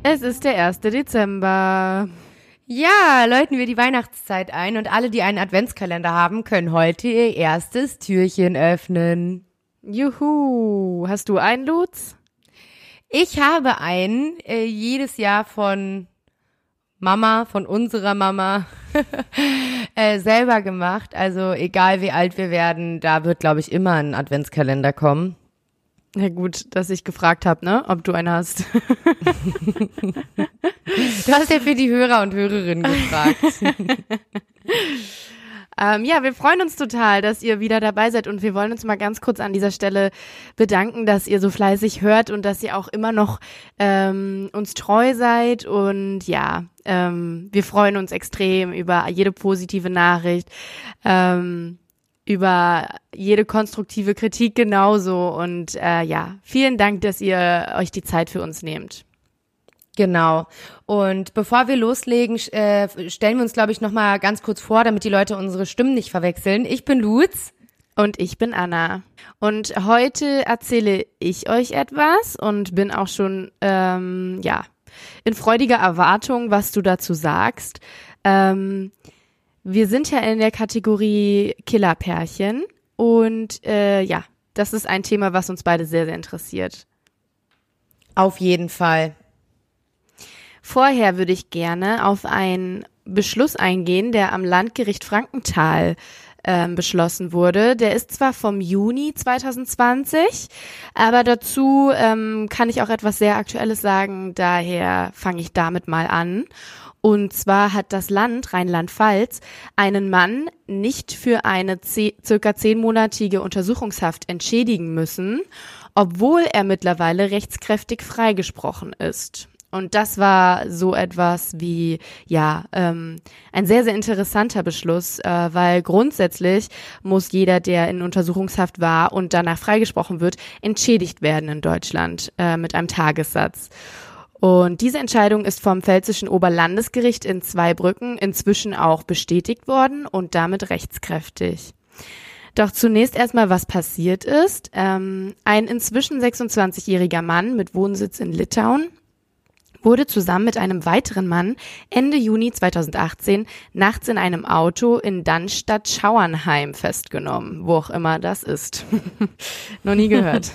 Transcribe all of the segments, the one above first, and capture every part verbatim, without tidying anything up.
Es ist der erste Dezember. Ja, läuten wir die Weihnachtszeit ein und alle, die einen Adventskalender haben, können heute ihr erstes Türchen öffnen. Juhu, hast du einen, Lutz? Ich habe einen, äh, jedes Jahr von Mama, von unserer Mama, äh, selber gemacht. Also egal wie alt wir werden, da wird, glaube ich, immer ein Adventskalender kommen. Na gut, dass ich gefragt habe, ne, ob du einen hast. Du hast ja für die Hörer und Hörerinnen gefragt. ähm, ja, wir freuen uns total, dass ihr wieder dabei seid und wir wollen uns mal ganz kurz an dieser Stelle bedanken, dass ihr so fleißig hört und dass ihr auch immer noch ähm, uns treu seid und ja, ähm, wir freuen uns extrem über jede positive Nachricht, ähm, über jede konstruktive Kritik genauso und äh, ja, vielen Dank, dass ihr euch die Zeit für uns nehmt. Genau. Und bevor wir loslegen, äh, stellen wir uns, glaube ich, noch mal ganz kurz vor, damit die Leute unsere Stimmen nicht verwechseln. Ich bin Lutz. Und ich bin Anna. Und heute erzähle ich euch etwas und bin auch schon, ähm, ja, in freudiger Erwartung, was du dazu sagst. Ähm, wir sind ja in der Kategorie Killerpärchen und äh, ja, das ist ein Thema, was uns beide sehr, sehr interessiert. Auf jeden Fall. Vorher würde ich gerne auf einen Beschluss eingehen, der am Landgericht Frankenthal ähm, beschlossen wurde. Der ist zwar vom Juni zwanzig zwanzig, aber dazu ähm, kann ich auch etwas sehr Aktuelles sagen, daher fange ich damit mal an. Und zwar hat das Land Rheinland-Pfalz einen Mann nicht für eine ze- circa zehnmonatige Untersuchungshaft entschädigen müssen, obwohl er mittlerweile rechtskräftig freigesprochen ist. Und das war so etwas wie, ja, ähm, ein sehr, sehr interessanter Beschluss, äh, weil grundsätzlich muss jeder, der in Untersuchungshaft war und danach freigesprochen wird, entschädigt werden in Deutschland äh, mit einem Tagessatz. Und diese Entscheidung ist vom Pfälzischen Oberlandesgericht in Zweibrücken inzwischen auch bestätigt worden und damit rechtskräftig. Doch zunächst erstmal, was passiert ist. Ähm, ein inzwischen sechsundzwanzigjähriger Mann mit Wohnsitz in Litauen wurde zusammen mit einem weiteren Mann Ende Juni zweitausendachtzehn nachts in einem Auto in Dannstatt-Schauernheim festgenommen, wo auch immer das ist. Noch nie gehört.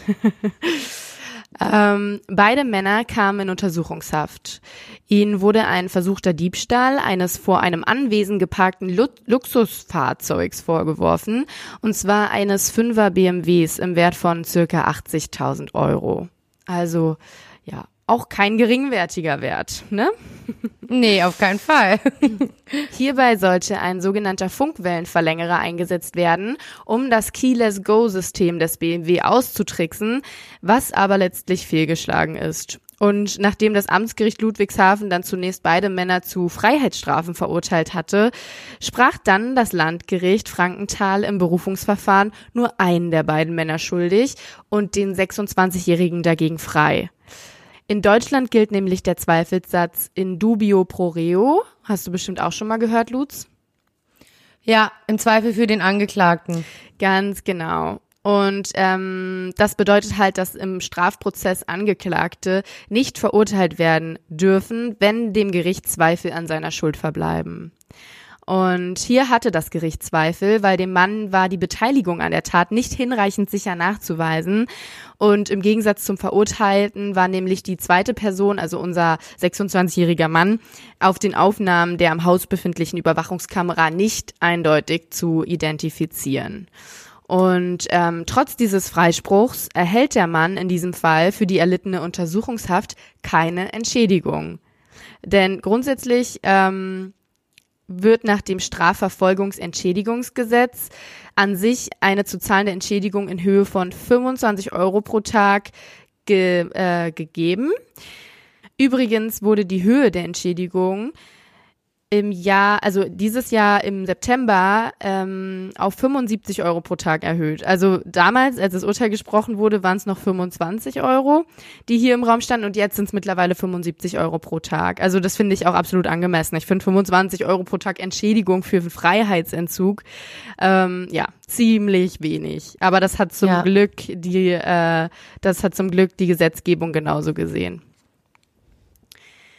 ähm, beide Männer kamen in Untersuchungshaft. Ihnen wurde ein versuchter Diebstahl eines vor einem Anwesen geparkten Lu- Luxusfahrzeugs vorgeworfen, und zwar eines Fünfer B M Ws im Wert von circa achtzigtausend Euro. Also, ja, auch kein geringwertiger Wert, ne? Nee, auf keinen Fall. Hierbei sollte ein sogenannter Funkwellenverlängerer eingesetzt werden, um das Keyless-Go-System des B M W auszutricksen, was aber letztlich fehlgeschlagen ist. Und nachdem das Amtsgericht Ludwigshafen dann zunächst beide Männer zu Freiheitsstrafen verurteilt hatte, sprach dann das Landgericht Frankenthal im Berufungsverfahren nur einen der beiden Männer schuldig und den sechsundzwanzigjährigen dagegen frei. In Deutschland gilt nämlich der Zweifelssatz in dubio pro reo. Hast du bestimmt auch schon mal gehört, Lutz? Ja, im Zweifel für den Angeklagten. Ganz genau. Und ähm, das bedeutet halt, dass im Strafprozess Angeklagte nicht verurteilt werden dürfen, wenn dem Gericht Zweifel an seiner Schuld verbleiben. Und hier hatte das Gericht Zweifel, weil dem Mann war die Beteiligung an der Tat nicht hinreichend sicher nachzuweisen. Und im Gegensatz zum Verurteilten war nämlich die zweite Person, also unser sechsundzwanzigjähriger Mann, auf den Aufnahmen der am Haus befindlichen Überwachungskamera nicht eindeutig zu identifizieren. Und ähm, trotz dieses Freispruchs erhält der Mann in diesem Fall für die erlittene Untersuchungshaft keine Entschädigung. Denn grundsätzlich ähm, wird nach dem Strafverfolgungsentschädigungsgesetz an sich eine zu zahlende Entschädigung in Höhe von fünfundzwanzig Euro pro Tag ge, äh, gegeben. Übrigens wurde die Höhe der Entschädigung im Jahr, also dieses Jahr im September ähm, auf fünfundsiebzig Euro pro Tag erhöht. Also damals, als das Urteil gesprochen wurde, waren es noch fünfundzwanzig Euro, die hier im Raum standen, und jetzt sind es mittlerweile fünfundsiebzig Euro pro Tag. Also das finde ich auch absolut angemessen. Ich finde fünfundzwanzig Euro pro Tag Entschädigung für Freiheitsentzug, ähm, ja, ziemlich wenig. Aber das hat zum Ja. Glück die, äh, das hat zum Glück die Gesetzgebung genauso gesehen.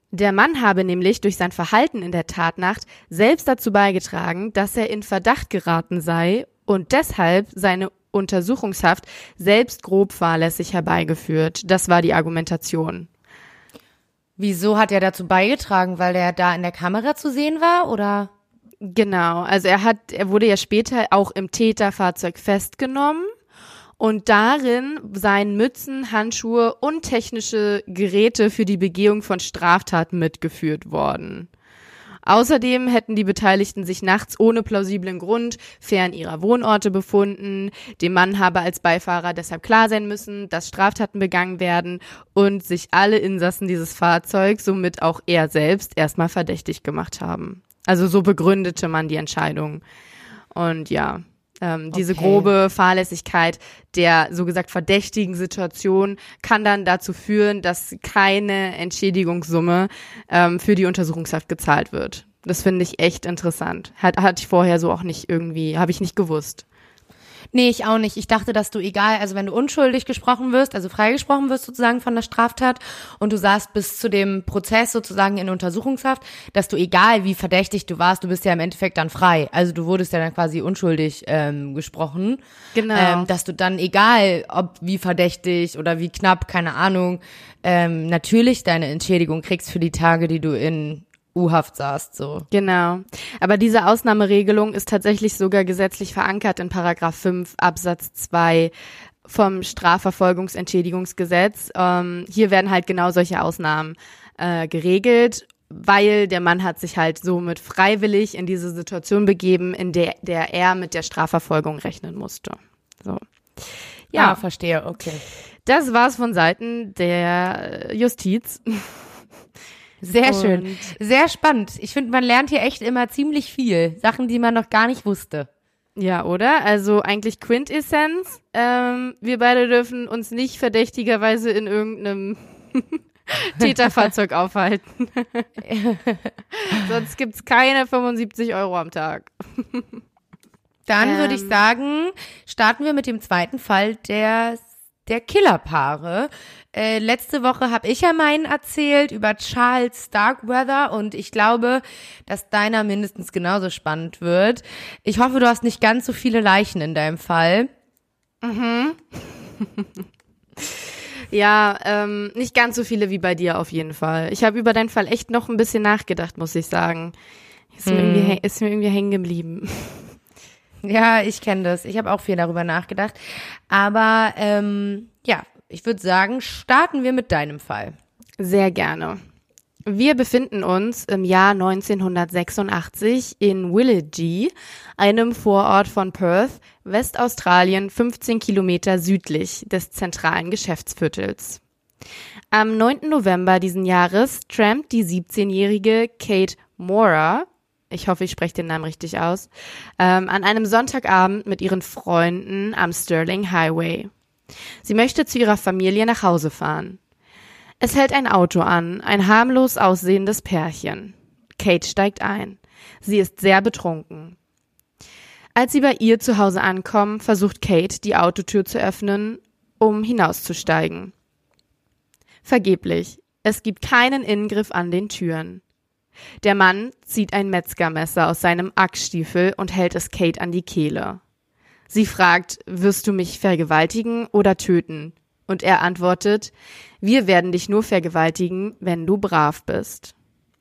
Der Mann habe nämlich durch sein Verhalten in der Tatnacht selbst dazu beigetragen, dass er in Verdacht geraten sei und deshalb seine Untersuchungshaft selbst grob fahrlässig herbeigeführt. Das war die Argumentation. Wieso hat er dazu beigetragen? Weil der da in der Kamera zu sehen war, oder? Genau, also er hat, er wurde ja später auch im Täterfahrzeug festgenommen und darin seien Mützen, Handschuhe und technische Geräte für die Begehung von Straftaten mitgeführt worden. Außerdem hätten die Beteiligten sich nachts ohne plausiblen Grund fern ihrer Wohnorte befunden. Dem Mann habe als Beifahrer deshalb klar sein müssen, dass Straftaten begangen werden und sich alle Insassen dieses Fahrzeugs, somit auch er selbst, erstmal verdächtig gemacht haben. Also so begründete man die Entscheidung. Und ja, ähm, diese Okay. grobe Fahrlässigkeit der so gesagt verdächtigen Situation kann dann dazu führen, dass keine Entschädigungssumme ähm, für die Untersuchungshaft gezahlt wird. Das finde ich echt interessant. Hat, hatte ich vorher so auch nicht irgendwie, habe ich nicht gewusst. Nee, ich auch nicht. Ich dachte, dass du egal, also wenn du unschuldig gesprochen wirst, also freigesprochen wirst sozusagen von der Straftat und du saßt bis zu dem Prozess sozusagen in Untersuchungshaft, dass du egal wie verdächtig du warst, du bist ja im Endeffekt dann frei. Also du wurdest ja dann quasi unschuldig ähm, gesprochen. Genau. Ähm, dass du dann egal, ob wie verdächtig oder wie knapp, keine Ahnung, ähm, natürlich deine Entschädigung kriegst für die Tage, die du in U-Haft saßt, so. Genau. Aber diese Ausnahmeregelung ist tatsächlich sogar gesetzlich verankert in Paragraph fünf Absatz zwei vom Strafverfolgungsentschädigungsgesetz. Ähm, hier werden halt genau solche Ausnahmen äh, geregelt, weil der Mann hat sich halt somit freiwillig in diese Situation begeben, in der, der er mit der Strafverfolgung rechnen musste. So. Ja, Ah, verstehe, okay. das war's von Seiten der Justiz. Sehr Und- schön. Sehr spannend. Ich finde, man lernt hier echt immer ziemlich viel. Sachen, die man noch gar nicht wusste. Ja, oder? Also eigentlich Quintessenz. Ähm, wir beide dürfen uns nicht verdächtigerweise in irgendeinem Täterfahrzeug aufhalten. Sonst gibt's keine fünfundsiebzig Euro am Tag. Dann Ähm. würde ich sagen, starten wir mit dem zweiten Fall der, der Killerpaare. Äh, letzte Woche habe ich ja meinen erzählt über Charles Starkweather und ich glaube, dass deiner mindestens genauso spannend wird. Ich hoffe, du hast nicht ganz so viele Leichen in deinem Fall. Ja, ähm, nicht ganz so viele wie bei dir auf jeden Fall. Ich habe über deinen Fall echt noch ein bisschen nachgedacht, muss ich sagen. Ist mir, irgendwie, häng- ist mir irgendwie hängen geblieben. Ja, ich kenne das. Ich habe auch viel darüber nachgedacht. Aber ähm, ja, ich würde sagen, starten wir mit deinem Fall. Sehr gerne. Wir befinden uns im Jahr neunzehnhundertsechsundachtzig in Willagee, einem Vorort von Perth, Westaustralien, fünfzehn Kilometer südlich des zentralen Geschäftsviertels. Am neunten November diesen Jahres trampt die siebzehnjährige Kate Mora, ich hoffe, ich spreche den Namen richtig aus, ähm, an einem Sonntagabend mit ihren Freunden am Stirling Highway. Sie möchte zu ihrer Familie nach Hause fahren. Es hält ein Auto an, ein harmlos aussehendes Pärchen. Kate steigt ein. Sie ist sehr betrunken. Als sie bei ihr zu Hause ankommen, versucht Kate, die Autotür zu öffnen, um hinauszusteigen. Vergeblich. Es gibt keinen Ingriff an den Türen. Der Mann zieht ein Metzgermesser aus seinem Axtstiefel und hält es Kate an die Kehle. Sie fragt, wirst du mich vergewaltigen oder töten? Und er antwortet, wir werden dich nur vergewaltigen, wenn du brav bist.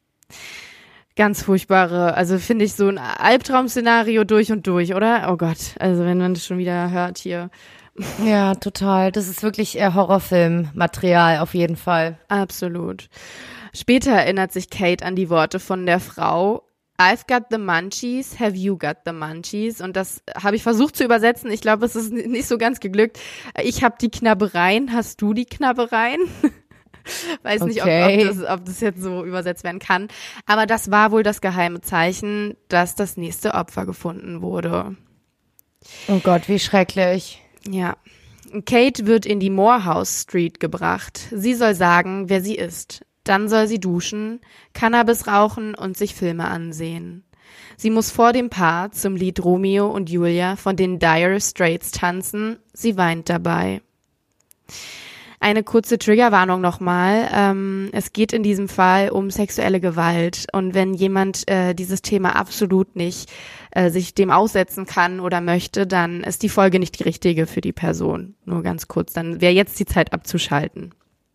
Ganz furchtbare, also finde ich so ein Albtraum-Szenario durch und durch, oder? Oh Gott, also wenn man das schon wieder hört hier. Ja, total. Das ist wirklich äh, Horrorfilm-Material auf jeden Fall. Absolut. Später erinnert sich Kate an die Worte von der Frau, I've got the munchies, have you got the munchies? Und das habe ich versucht zu übersetzen. Ich glaube, es ist nicht so ganz geglückt. Ich habe die Knabbereien, hast du die Knabbereien? Weiß nicht, ob, Okay. ob, das, ob das jetzt so übersetzt werden kann. Aber das war wohl das geheime Zeichen, dass das nächste Opfer gefunden wurde. Oh Gott, wie schrecklich. Ja. Kate wird in die Morehouse Street gebracht. Sie soll sagen, wer sie ist. Dann soll sie duschen, Cannabis rauchen und sich Filme ansehen. Sie muss vor dem Paar zum Lied Romeo und Julia von den Dire Straits tanzen. Sie weint dabei. Eine kurze Triggerwarnung nochmal. Ähm, es geht in diesem Fall um sexuelle Gewalt. Und wenn jemand äh, dieses Thema absolut nicht äh, sich dem aussetzen kann oder möchte, dann ist die Folge nicht die richtige für die Person. Nur ganz kurz, dann wäre jetzt die Zeit abzuschalten.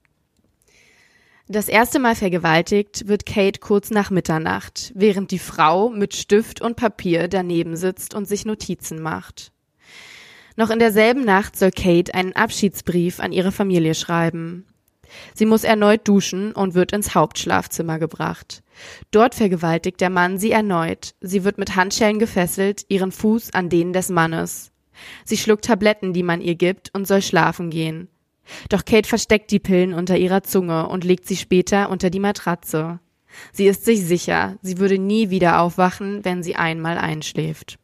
Das erste Mal vergewaltigt wird Kate kurz nach Mitternacht, während die Frau mit Stift und Papier daneben sitzt und sich Notizen macht. Noch in derselben Nacht soll Kate einen Abschiedsbrief an ihre Familie schreiben. Sie muss erneut duschen und wird ins Hauptschlafzimmer gebracht. Dort vergewaltigt der Mann sie erneut. Sie wird mit Handschellen gefesselt, ihren Fuß an den des Mannes. Sie schluckt Tabletten, die man ihr gibt, und soll schlafen gehen. Doch Kate versteckt die Pillen unter ihrer Zunge und legt sie später unter die Matratze. Sie ist sich sicher, sie würde nie wieder aufwachen, wenn sie einmal einschläft.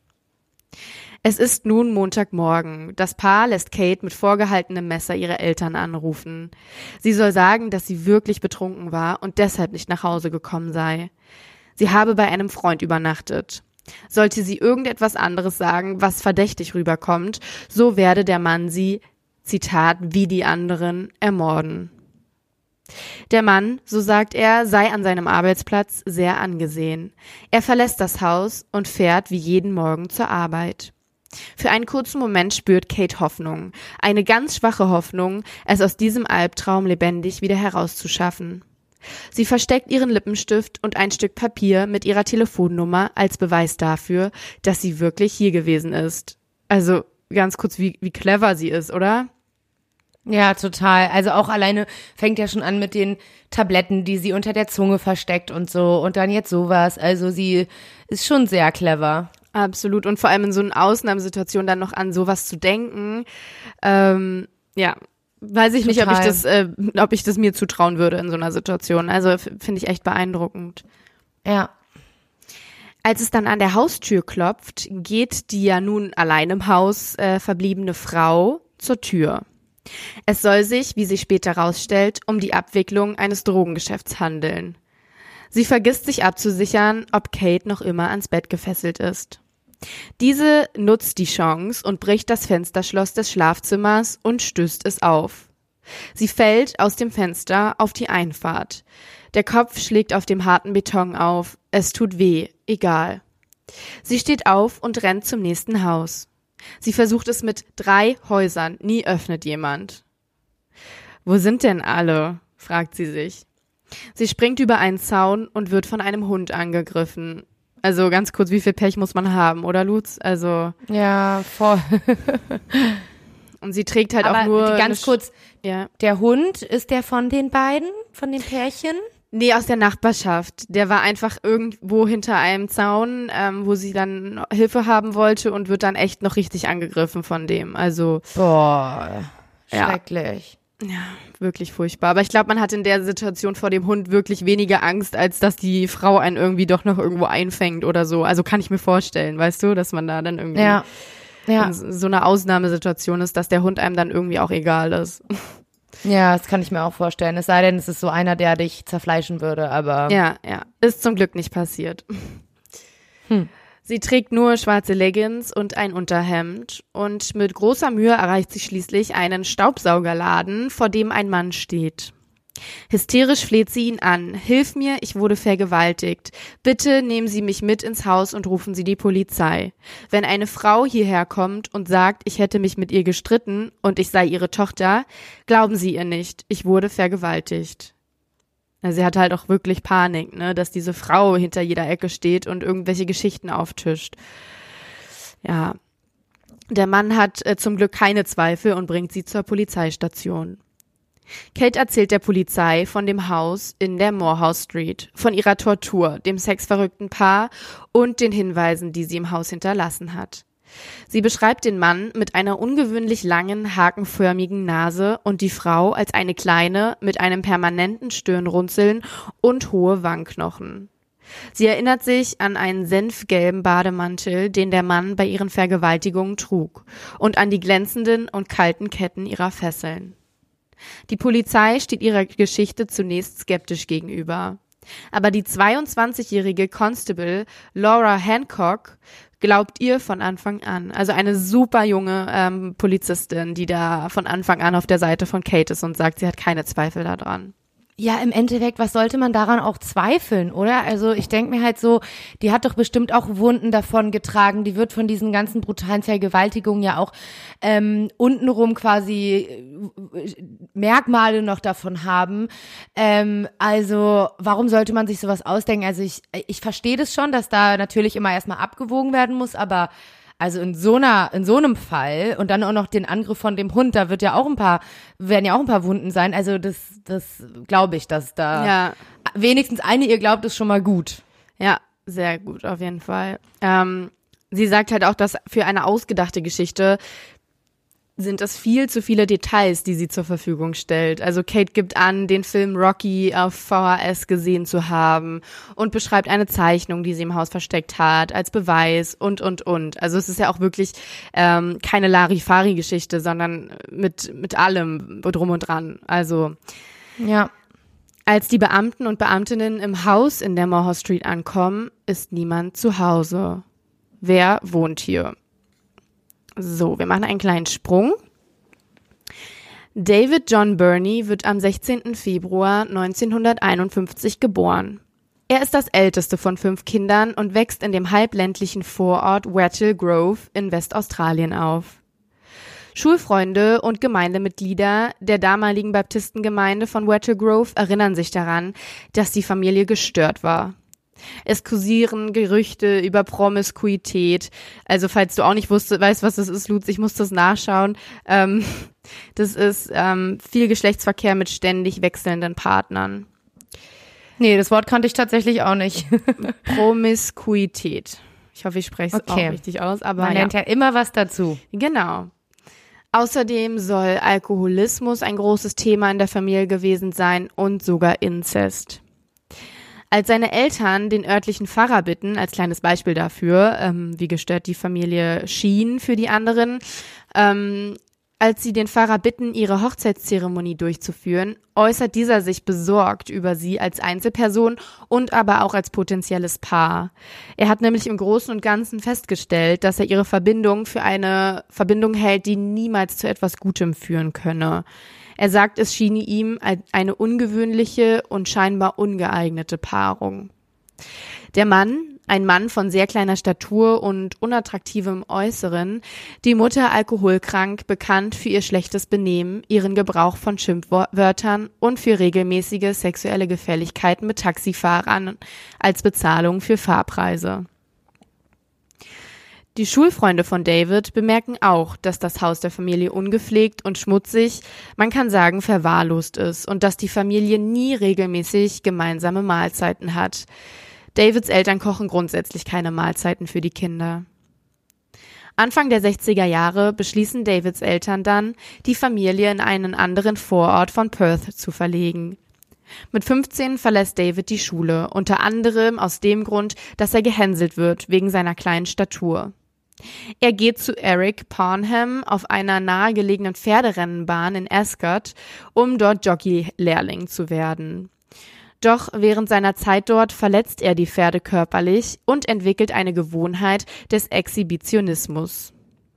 Es ist nun Montagmorgen. Das Paar lässt Kate mit vorgehaltenem Messer ihre Eltern anrufen. Sie soll sagen, dass sie wirklich betrunken war und deshalb nicht nach Hause gekommen sei. Sie habe bei einem Freund übernachtet. Sollte sie irgendetwas anderes sagen, was verdächtig rüberkommt, so werde der Mann sie, Zitat, wie die anderen, ermorden. Der Mann, so sagt er, sei an seinem Arbeitsplatz sehr angesehen. Er verlässt das Haus und fährt wie jeden Morgen zur Arbeit. Für einen kurzen Moment spürt Kate Hoffnung, eine ganz schwache Hoffnung, es aus diesem Albtraum lebendig wieder herauszuschaffen. Sie versteckt ihren Lippenstift und ein Stück Papier mit ihrer Telefonnummer als Beweis dafür, dass sie wirklich hier gewesen ist. Also ganz kurz, wie, wie clever sie ist, oder? Ja, total. Also auch alleine fängt ja schon an mit den Tabletten, die sie unter der Zunge versteckt und so und dann jetzt sowas. Also sie ist schon sehr clever. Absolut. Und vor allem in so einer Ausnahmesituation dann noch an sowas zu denken. Ähm, ja, weiß ich nicht, ob ich das, äh, ob ich das mir zutrauen würde in so einer Situation. Also f- finde ich echt beeindruckend. Ja. Als es dann an der Haustür klopft, geht die ja nun allein im Haus äh, verbliebene Frau zur Tür. Es soll sich, wie sich später rausstellt, um die Abwicklung eines Drogengeschäfts handeln. Sie vergisst sich abzusichern, ob Kate noch immer ans Bett gefesselt ist. Diese nutzt die Chance und bricht das Fensterschloss des Schlafzimmers und stößt es auf. Sie fällt aus dem Fenster auf die Einfahrt. Der Kopf schlägt auf dem harten Beton auf. Es tut weh, egal. Sie steht auf und rennt zum nächsten Haus. Sie versucht es mit drei Häusern, nie öffnet jemand. Wo sind denn alle? Fragt sie sich. Sie springt über einen Zaun und wird von einem Hund angegriffen. Also ganz kurz, wie viel Pech muss man haben, oder Lutz? Also ja, voll. Und sie trägt halt Aber auch nur ganz Sch- kurz, ja. Der Hund, ist der von den beiden, von den Pärchen? Nee, aus der Nachbarschaft. Der war einfach irgendwo hinter einem Zaun, ähm, wo sie dann Hilfe haben wollte und wird dann echt noch richtig angegriffen von dem. Also Boah, Ja. schrecklich. ja, wirklich furchtbar. Aber ich glaube, man hat in der Situation vor dem Hund wirklich weniger Angst, als dass die Frau einen irgendwie doch noch irgendwo einfängt oder so. Also kann ich mir vorstellen, weißt du, dass man da dann irgendwie Ja, ja, in so einer Ausnahmesituation ist, dass der Hund einem dann irgendwie auch egal ist. ja, das kann ich mir auch vorstellen. Es sei denn, es ist so einer, der dich zerfleischen würde, aber Ja, ja. Ist zum Glück nicht passiert. Hm. Sie trägt nur schwarze Leggings und ein Unterhemd und mit großer Mühe erreicht sie schließlich einen Staubsaugerladen, vor dem ein Mann steht. Hysterisch fleht sie ihn an. Hilf mir, ich wurde vergewaltigt. Bitte nehmen Sie mich mit ins Haus und rufen Sie die Polizei. Wenn eine Frau hierher kommt und sagt, ich hätte mich mit ihr gestritten und ich sei ihre Tochter, glauben Sie ihr nicht. Ich wurde vergewaltigt. Also sie hat halt auch wirklich Panik, ne, dass diese Frau hinter jeder Ecke steht und irgendwelche Geschichten auftischt. Ja. Der Mann hat äh, zum Glück keine Zweifel und bringt sie zur Polizeistation. Kate erzählt der Polizei von dem Haus in der Morehouse Street, von ihrer Tortur, dem sexverrückten Paar und den Hinweisen, die sie im Haus hinterlassen hat. Sie beschreibt den Mann mit einer ungewöhnlich langen, hakenförmigen Nase und die Frau als eine kleine, mit einem permanenten Stirnrunzeln und hohe Wangenknochen. Sie erinnert sich an einen senfgelben Bademantel, den der Mann bei ihren Vergewaltigungen trug, und an die glänzenden und kalten Ketten ihrer Fesseln. Die Polizei steht ihrer Geschichte zunächst skeptisch gegenüber. Aber die zweiundzwanzigjährige Constable Laura Hancock glaubt ihr von Anfang an. Also eine super junge ähm, Polizistin, die da von Anfang an auf der Seite von Kate ist und sagt, sie hat keine Zweifel daran. Ja, im Endeffekt, was sollte man daran auch zweifeln, oder? Also ich denke mir halt so, die hat doch bestimmt auch Wunden davon getragen, die wird von diesen ganzen brutalen Vergewaltigungen ja auch ähm, untenrum quasi äh, Merkmale noch davon haben. Ähm, also warum sollte man sich sowas ausdenken? Also ich, ich verstehe das schon, dass da natürlich immer erstmal abgewogen werden muss, aber also in so einer, in so einem Fall und dann auch noch den Angriff von dem Hund, da wird ja auch ein paar, werden ja auch ein paar Wunden sein. Also das, das glaube ich, dass da ja. wenigstens eine ihr glaubt, ist schon mal gut. Ja, sehr gut, auf jeden Fall. Ähm, sie sagt halt auch, dass für eine ausgedachte Geschichte sind es viel zu viele Details, die sie zur Verfügung stellt. Also Kate gibt an, den Film Rocky auf V H S gesehen zu haben und beschreibt eine Zeichnung, die sie im Haus versteckt hat, als Beweis und, und, und. Also es ist ja auch wirklich ähm, keine Larifari-Geschichte, sondern mit, mit allem drum und dran. Also ja. Als die Beamten und Beamtinnen im Haus in der Moore Street ankommen, ist niemand zu Hause. Wer wohnt hier? So, wir machen einen kleinen Sprung. David John Burney wird am sechzehnten Februar neunzehnhunderteinundfünfzig geboren. Er ist das älteste von fünf Kindern und wächst in dem halbländlichen Vorort Wattle Grove in Westaustralien auf. Schulfreunde und Gemeindemitglieder der damaligen Baptistengemeinde von Wattle Grove erinnern sich daran, dass die Familie gestört war. Es kursieren Gerüchte über Promiskuität. Also falls du auch nicht wusstest, weißt, was das ist, Lutz, ich muss das nachschauen. Ähm, das ist ähm, viel Geschlechtsverkehr mit ständig wechselnden Partnern. Nee, das Wort kannte ich tatsächlich auch nicht. Promiskuität. Ich hoffe, ich spreche es okay. auch richtig aus. Aber man ja. lernt ja immer was dazu. Genau. Außerdem soll Alkoholismus ein großes Thema in der Familie gewesen sein und sogar Inzest. Als seine Eltern den örtlichen Pfarrer bitten, als kleines Beispiel dafür, ähm, wie gestört die Familie schien für die anderen, ähm, als sie den Pfarrer bitten, ihre Hochzeitszeremonie durchzuführen, äußert dieser sich besorgt über sie als Einzelperson und aber auch als potenzielles Paar. Er hat nämlich im Großen und Ganzen festgestellt, dass er ihre Verbindung für eine Verbindung hält, die niemals zu etwas Gutem führen könne. Er sagt, es schiene ihm eine ungewöhnliche und scheinbar ungeeignete Paarung. Der Mann, ein Mann von sehr kleiner Statur und unattraktivem Äußeren, die Mutter alkoholkrank, bekannt für ihr schlechtes Benehmen, ihren Gebrauch von Schimpfwörtern und für regelmäßige sexuelle Gefälligkeiten mit Taxifahrern als Bezahlung für Fahrpreise. Die Schulfreunde von David bemerken auch, dass das Haus der Familie ungepflegt und schmutzig, man kann sagen verwahrlost ist und dass die Familie nie regelmäßig gemeinsame Mahlzeiten hat. Davids Eltern kochen grundsätzlich keine Mahlzeiten für die Kinder. Anfang der sechziger Jahre beschließen Davids Eltern dann, die Familie in einen anderen Vorort von Perth zu verlegen. Mit fünfzehn verlässt David die Schule, unter anderem aus dem Grund, dass er gehänselt wird wegen seiner kleinen Statur. Er geht zu Eric Parnham auf einer nahegelegenen Pferderennenbahn in Ascot, um dort Jockey-Lehrling zu werden. Doch während seiner Zeit dort verletzt er die Pferde körperlich und entwickelt eine Gewohnheit des Exhibitionismus.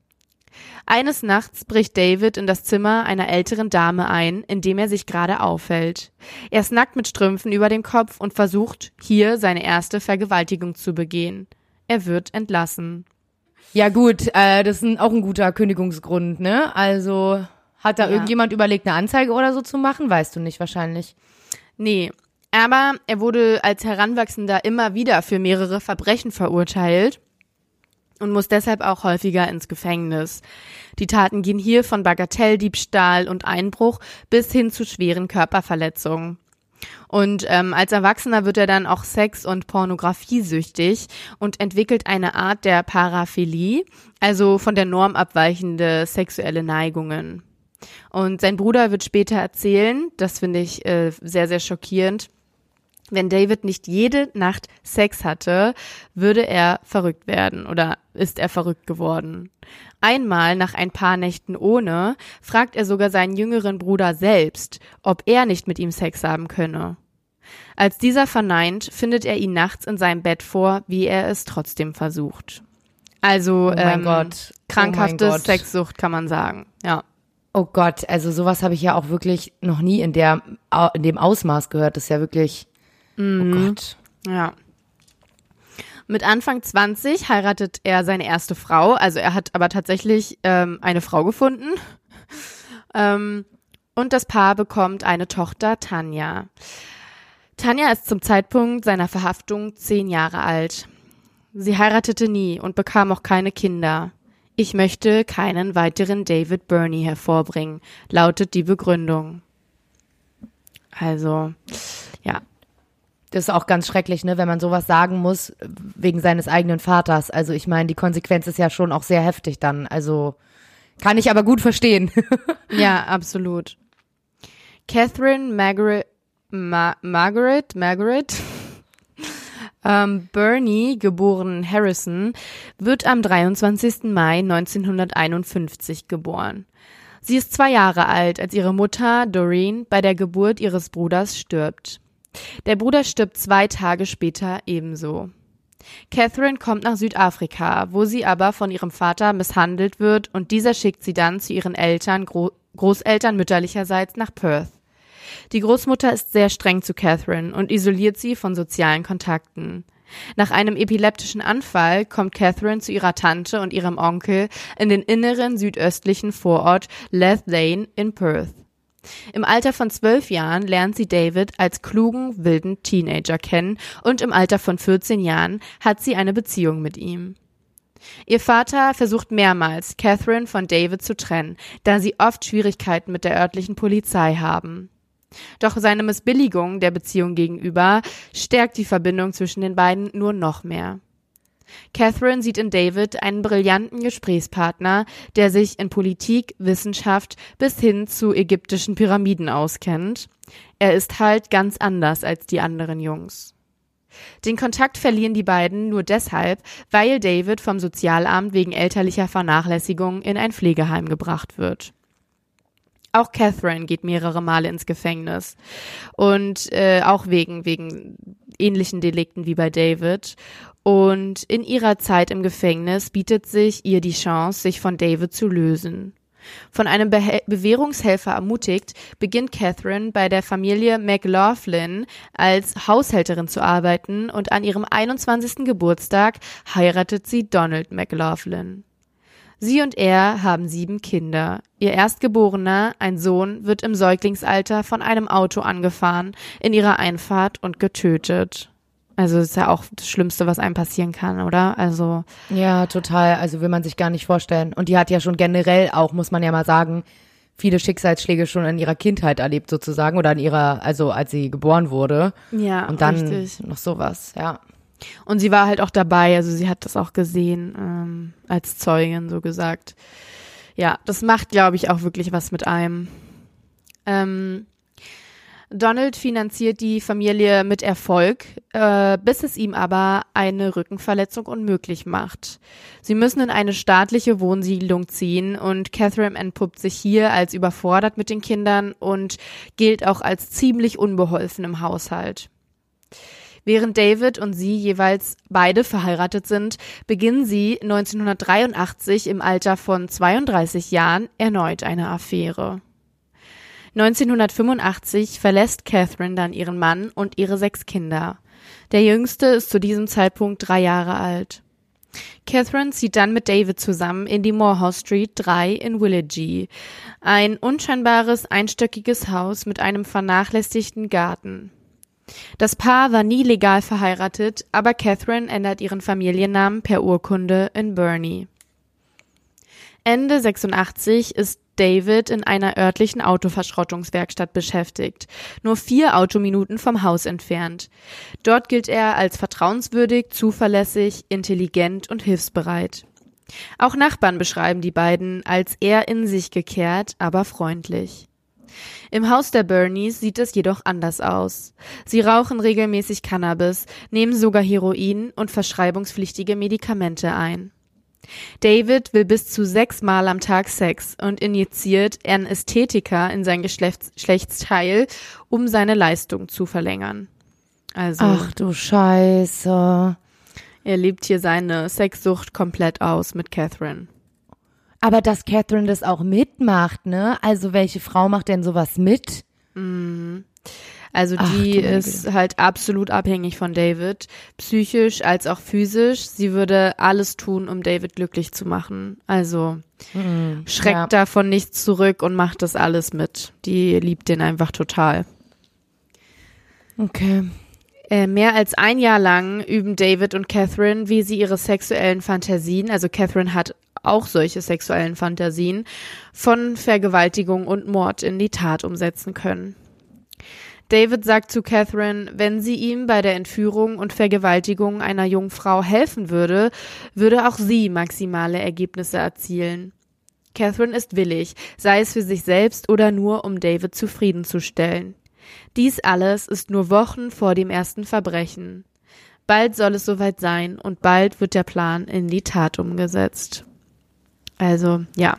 Eines Nachts bricht David in das Zimmer einer älteren Dame ein, in dem er sich gerade aufhält. Er ist nackt mit Strümpfen über dem Kopf und versucht, hier seine erste Vergewaltigung zu begehen. Er wird entlassen. Ja gut, äh, das ist auch ein guter Kündigungsgrund, ne? Also hat da ja. irgendjemand überlegt, eine Anzeige oder so zu machen? Weißt du nicht wahrscheinlich. Nee, aber er wurde als Heranwachsender immer wieder für mehrere Verbrechen verurteilt und muss deshalb auch häufiger ins Gefängnis. Die Taten gehen hier von Bagatelldiebstahl und Einbruch bis hin zu schweren Körperverletzungen. Und ähm, als Erwachsener wird er dann auch sex- und pornografiesüchtig und entwickelt eine Art der Paraphilie, also von der Norm abweichende sexuelle Neigungen. Und sein Bruder wird später erzählen, das finde ich äh, sehr, sehr schockierend, wenn David nicht jede Nacht Sex hatte, würde er verrückt werden oder ist er verrückt geworden. Einmal nach ein paar Nächten ohne, fragt er sogar seinen jüngeren Bruder selbst, ob er nicht mit ihm Sex haben könne. Als dieser verneint, findet er ihn nachts in seinem Bett vor, wie er es trotzdem versucht. Also Oh mein ähm, Gott. krankhafte Oh mein Gott. Sexsucht kann man sagen, ja. Oh Gott, also sowas habe ich ja auch wirklich noch nie in der in dem Ausmaß gehört. Das ist ja wirklich, Mhm. oh Gott. Ja. Mit Anfang zwanzig heiratet er seine erste Frau. Also er hat aber tatsächlich ähm, eine Frau gefunden. ähm, und das Paar bekommt eine Tochter, Tanja. Tanja ist zum Zeitpunkt seiner Verhaftung zehn Jahre alt. Sie heiratete nie und bekam auch keine Kinder. Ich möchte keinen weiteren David Birney hervorbringen, lautet die Begründung. Also, ja. Das ist auch ganz schrecklich, ne, wenn man sowas sagen muss wegen seines eigenen Vaters. Also ich meine, die Konsequenz ist ja schon auch sehr heftig dann. Also kann ich aber gut verstehen. Ja, absolut. Catherine Margaret, Ma Margaret, Margaret ähm, Birney, geboren Harrison, wird am dreiundzwanzigsten Mai neunzehnhunderteinundfünfzig geboren. Sie ist zwei Jahre alt, als ihre Mutter Doreen bei der Geburt ihres Bruders stirbt. Der Bruder stirbt zwei Tage später ebenso. Catherine kommt nach Südafrika, wo sie aber von ihrem Vater misshandelt wird und dieser schickt sie dann zu ihren Eltern, Gro- Großeltern mütterlicherseits nach Perth. Die Großmutter ist sehr streng zu Catherine und isoliert sie von sozialen Kontakten. Nach einem epileptischen Anfall kommt Catherine zu ihrer Tante und ihrem Onkel in den inneren südöstlichen Vorort Leith Lane in Perth. Im Alter von zwölf Jahren lernt sie David als klugen, wilden Teenager kennen und im Alter von vierzehn Jahren hat sie eine Beziehung mit ihm. Ihr Vater versucht mehrmals, Catherine von David zu trennen, da sie oft Schwierigkeiten mit der örtlichen Polizei haben. Doch seine Missbilligung der Beziehung gegenüber stärkt die Verbindung zwischen den beiden nur noch mehr. Catherine sieht in David einen brillanten Gesprächspartner, der sich in Politik, Wissenschaft bis hin zu ägyptischen Pyramiden auskennt. Er ist halt ganz anders als die anderen Jungs. Den Kontakt verlieren die beiden nur deshalb, weil David vom Sozialamt wegen elterlicher Vernachlässigung in ein Pflegeheim gebracht wird. Auch Catherine geht mehrere Male ins Gefängnis und äh, auch wegen wegen ähnlichen Delikten wie bei David. Und in ihrer Zeit im Gefängnis bietet sich ihr die Chance, sich von David zu lösen. Von einem Be- Bewährungshelfer ermutigt, beginnt Catherine bei der Familie McLaughlin als Haushälterin zu arbeiten und an ihrem einundzwanzigsten Geburtstag heiratet sie Donald McLaughlin. Sie und er haben sieben Kinder. Ihr Erstgeborener, ein Sohn, wird im Säuglingsalter von einem Auto angefahren in ihrer Einfahrt und getötet. Also das ist ja auch das Schlimmste, was einem passieren kann, oder? Also Ja, total. Also will man sich gar nicht vorstellen. Und die hat ja schon generell auch, muss man ja mal sagen, viele Schicksalsschläge schon in ihrer Kindheit erlebt sozusagen oder in ihrer, also als sie geboren wurde. ja, Und dann richtig. noch sowas, ja. Und sie war halt auch dabei, also sie hat das auch gesehen, ähm, als Zeugin so gesagt. Ja, das macht, glaube ich, auch wirklich was mit einem. Ähm, Donald finanziert die Familie mit Erfolg, äh, bis es ihm aber eine Rückenverletzung unmöglich macht. Sie müssen in eine staatliche Wohnsiedlung ziehen und Catherine entpuppt sich hier als überfordert mit den Kindern und gilt auch als ziemlich unbeholfen im Haushalt. Während David und sie jeweils beide verheiratet sind, beginnen sie neunzehnhundertdreiundachtzig im Alter von zweiunddreißig Jahren erneut eine Affäre. neunzehnhundertfünfundachtzig verlässt Catherine dann ihren Mann und ihre sechs Kinder. Der jüngste ist zu diesem Zeitpunkt drei Jahre alt. Catherine zieht dann mit David zusammen in die Morehouse Street drei in Willagee, ein unscheinbares einstöckiges Haus mit einem vernachlässigten Garten. Das Paar war nie legal verheiratet, aber Catherine ändert ihren Familiennamen per Urkunde in Birney. Ende sechsundachtzig ist David in einer örtlichen Autoverschrottungswerkstatt beschäftigt, nur vier Autominuten vom Haus entfernt. Dort gilt er als vertrauenswürdig, zuverlässig, intelligent und hilfsbereit. Auch Nachbarn beschreiben die beiden als eher in sich gekehrt, aber freundlich. Im Haus der Birneys sieht es jedoch anders aus. Sie rauchen regelmäßig Cannabis, nehmen sogar Heroin und verschreibungspflichtige Medikamente ein. David will bis zu sechs Mal am Tag Sex und injiziert Anästhetika in sein Geschlechts- Geschlechtsteil, um seine Leistung zu verlängern. Also, Ach du Scheiße. Er lebt hier seine Sexsucht komplett aus mit Catherine. Aber dass Catherine das auch mitmacht, ne? Also welche Frau macht denn sowas mit? Mhm. Also Ach, die du meine ist Güte. halt absolut abhängig von David, psychisch als auch physisch. Sie würde alles tun, um David glücklich zu machen. Also Mhm. schreckt Ja. davon nichts zurück und macht das alles mit. Die liebt den einfach total. Okay. Äh, mehr als ein Jahr lang üben David und Catherine, wie sie ihre sexuellen Fantasien, also Catherine hat auch solche sexuellen Fantasien, von Vergewaltigung und Mord in die Tat umsetzen können. David sagt zu Catherine, wenn sie ihm bei der Entführung und Vergewaltigung einer jungen Frau helfen würde, würde auch sie maximale Ergebnisse erzielen. Catherine ist willig, sei es für sich selbst oder nur, um David zufriedenzustellen. Dies alles ist nur Wochen vor dem ersten Verbrechen. Bald soll es soweit sein und bald wird der Plan in die Tat umgesetzt. Also, ja.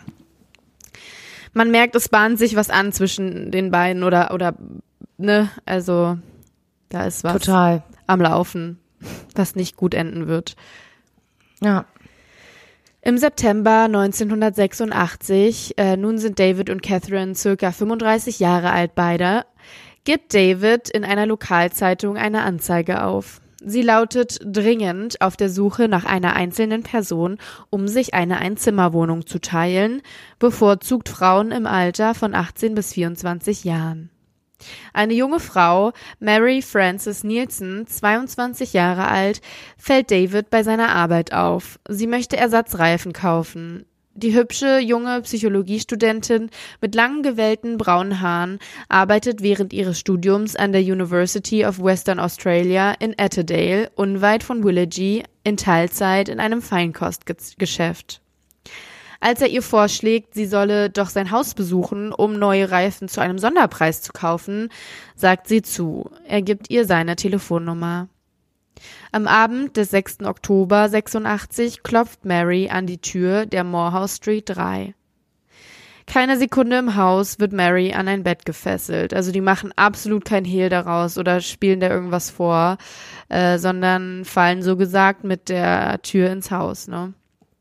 Man merkt, es bahnt sich was an zwischen den beiden oder, oder, ne, also, da ist was Total. am Laufen, was nicht gut enden wird. Ja. Im September neunzehnhundertsechsundachtzig, äh, nun sind David und Catherine circa fünfunddreißig Jahre alt beide, gibt David in einer Lokalzeitung eine Anzeige auf. Sie lautet dringend auf der Suche nach einer einzelnen Person, um sich eine Einzimmerwohnung zu teilen, bevorzugt Frauen im Alter von achtzehn bis vierundzwanzig Jahren. Eine junge Frau, Mary Frances Nielsen, zweiundzwanzig Jahre alt, fällt David bei seiner Arbeit auf. Sie möchte Ersatzreifen kaufen. Die hübsche, junge Psychologiestudentin mit langen gewellten braunen Haaren arbeitet während ihres Studiums an der University of Western Australia in Attadale, unweit von Willagee, in Teilzeit in einem Feinkostgeschäft. Als er ihr vorschlägt, sie solle doch sein Haus besuchen, um neue Reifen zu einem Sonderpreis zu kaufen, sagt sie zu. Er gibt ihr seine Telefonnummer. Am Abend des sechsten Oktober sechsundachtzig klopft Mary an die Tür der Morehouse Street drei. Keine Sekunde im Haus wird Mary an ein Bett gefesselt. Also die machen absolut kein Hehl daraus oder spielen da irgendwas vor, äh, sondern fallen so gesagt mit der Tür ins Haus, ne?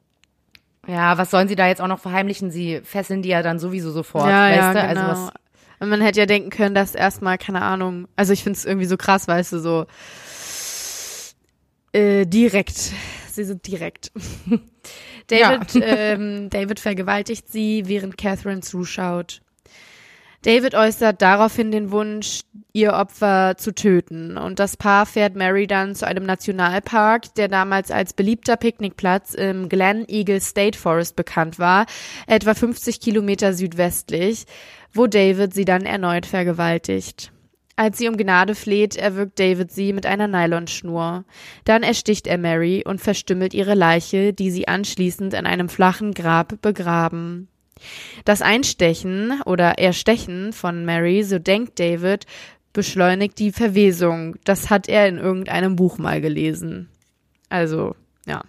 Ja, was sollen sie da jetzt auch noch verheimlichen? Sie fesseln die ja dann sowieso sofort, Ja, weißt ja, du? genau. Also was, Und man hätte ja denken können, dass erstmal, keine Ahnung, also ich finde es irgendwie so krass, weißt du, so äh, direkt. Sie sind direkt. David, Ja. ähm, David vergewaltigt sie, während Catherine zuschaut. David äußert daraufhin den Wunsch, ihr Opfer zu töten. Und das Paar fährt Mary dann zu einem Nationalpark, der damals als beliebter Picknickplatz im Glen Eagle State Forest bekannt war, etwa fünfzig Kilometer südwestlich, wo David sie dann erneut vergewaltigt. Als sie um Gnade fleht, erwürgt David sie mit einer Nylonschnur. Dann ersticht er Mary und verstümmelt ihre Leiche, die sie anschließend in einem flachen Grab begraben. Das Einstechen oder Erstechen von Mary, so denkt David, beschleunigt die Verwesung. Das hat er in irgendeinem Buch mal gelesen. Also, ja.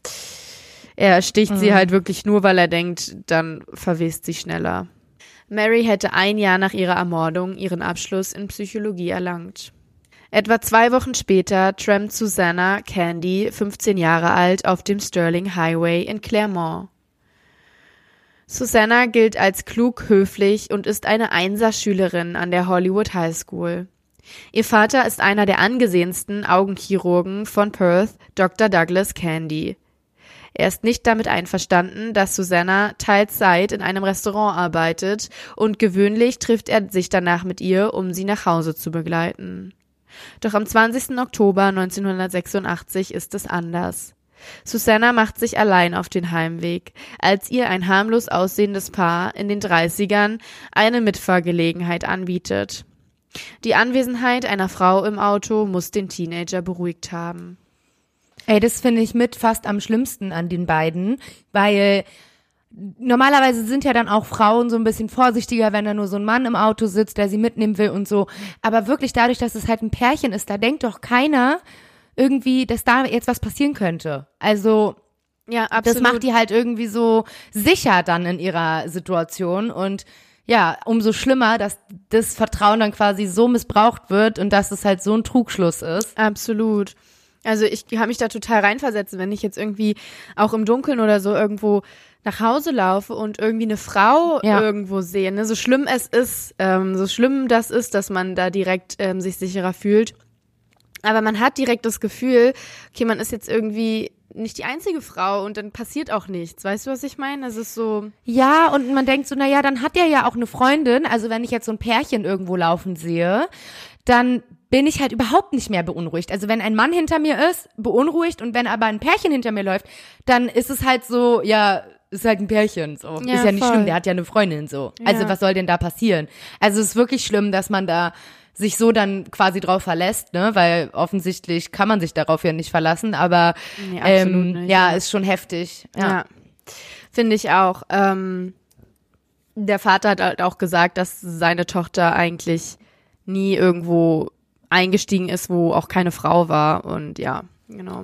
Er sticht mhm. sie halt wirklich nur, weil er denkt, dann verwest sie schneller. Mary hätte ein Jahr nach ihrer Ermordung ihren Abschluss in Psychologie erlangt. Etwa zwei Wochen später trampt Susanna Candy, fünfzehn Jahre alt, auf dem Sterling Highway in Claremont. Susanna gilt als klug, höflich und ist eine Einser-Schülerin an der Hollywood High School. Ihr Vater ist einer der angesehensten Augenchirurgen von Perth, Doktor Douglas Candy. Er ist nicht damit einverstanden, dass Susanna Teilzeit in einem Restaurant arbeitet und gewöhnlich trifft er sich danach mit ihr, um sie nach Hause zu begleiten. Doch am zwanzigsten Oktober neunzehnhundertsechsundachtzig ist es anders. Susanna macht sich allein auf den Heimweg, als ihr ein harmlos aussehendes Paar in den dreißigern eine Mitfahrgelegenheit anbietet. Die Anwesenheit einer Frau im Auto muss den Teenager beruhigt haben. Ey, das finde ich mit fast am schlimmsten an den beiden, weil normalerweise sind ja dann auch Frauen so ein bisschen vorsichtiger, wenn da nur so ein Mann im Auto sitzt, der sie mitnehmen will und so. Aber wirklich dadurch, dass es halt ein Pärchen ist, da denkt doch keiner irgendwie, dass da jetzt was passieren könnte. Also ja, absolut. Das macht die halt irgendwie so sicher dann in ihrer Situation und ja, umso schlimmer, dass das Vertrauen dann quasi so missbraucht wird und dass es halt so ein Trugschluss ist. Absolut. Also ich kann mich da total reinversetzen, wenn ich jetzt irgendwie auch im Dunkeln oder so irgendwo nach Hause laufe und irgendwie eine Frau ja. irgendwo sehe. Ne? So schlimm es ist, ähm, so schlimm das ist, dass man da direkt ähm, sich sicherer fühlt. Aber man hat direkt das Gefühl, okay, man ist jetzt irgendwie nicht die einzige Frau und dann passiert auch nichts. Weißt du, was ich meine? Es ist so. Ja, und man denkt so, naja, dann hat er ja auch eine Freundin. Also wenn ich jetzt so ein Pärchen irgendwo laufen sehe, dann bin ich halt überhaupt nicht mehr beunruhigt. Also wenn ein Mann hinter mir ist, beunruhigt, und wenn aber ein Pärchen hinter mir läuft, dann ist es halt so, ja, ist halt ein Pärchen, so. Ja, ist ja nicht voll. schlimm, der hat ja eine Freundin, so. Ja. Also was soll denn da passieren? Also es ist wirklich schlimm, dass man da sich so dann quasi drauf verlässt, ne, weil offensichtlich kann man sich darauf ja nicht verlassen, aber Nee, absolut ähm, nicht, ja, ja. ist schon heftig. Ja. Ja, finde ich auch. Ähm, der Vater hat halt auch gesagt, dass seine Tochter eigentlich nie irgendwo eingestiegen ist, wo auch keine Frau war. Und ja, genau.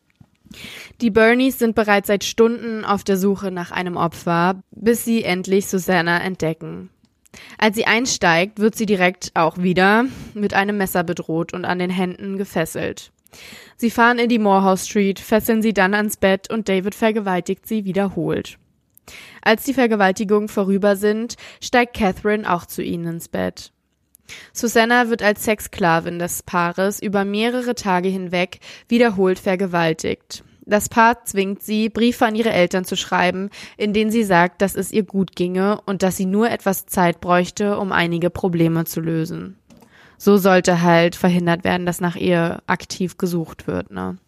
Die Bernies sind bereits seit Stunden auf der Suche nach einem Opfer, bis sie endlich Susanna entdecken. Als sie einsteigt, wird sie direkt auch wieder mit einem Messer bedroht und an den Händen gefesselt. Sie fahren in die Morehouse Street, fesseln sie dann ans Bett und David vergewaltigt sie wiederholt. Als die Vergewaltigungen vorüber sind, steigt Catherine auch zu ihnen ins Bett. Susanna wird als Sexsklavin des Paares über mehrere Tage hinweg wiederholt vergewaltigt. Das Paar zwingt sie, Briefe an ihre Eltern zu schreiben, in denen sie sagt, dass es ihr gut ginge und dass sie nur etwas Zeit bräuchte, um einige Probleme zu lösen. So sollte halt verhindert werden, dass nach ihr aktiv gesucht wird, ne?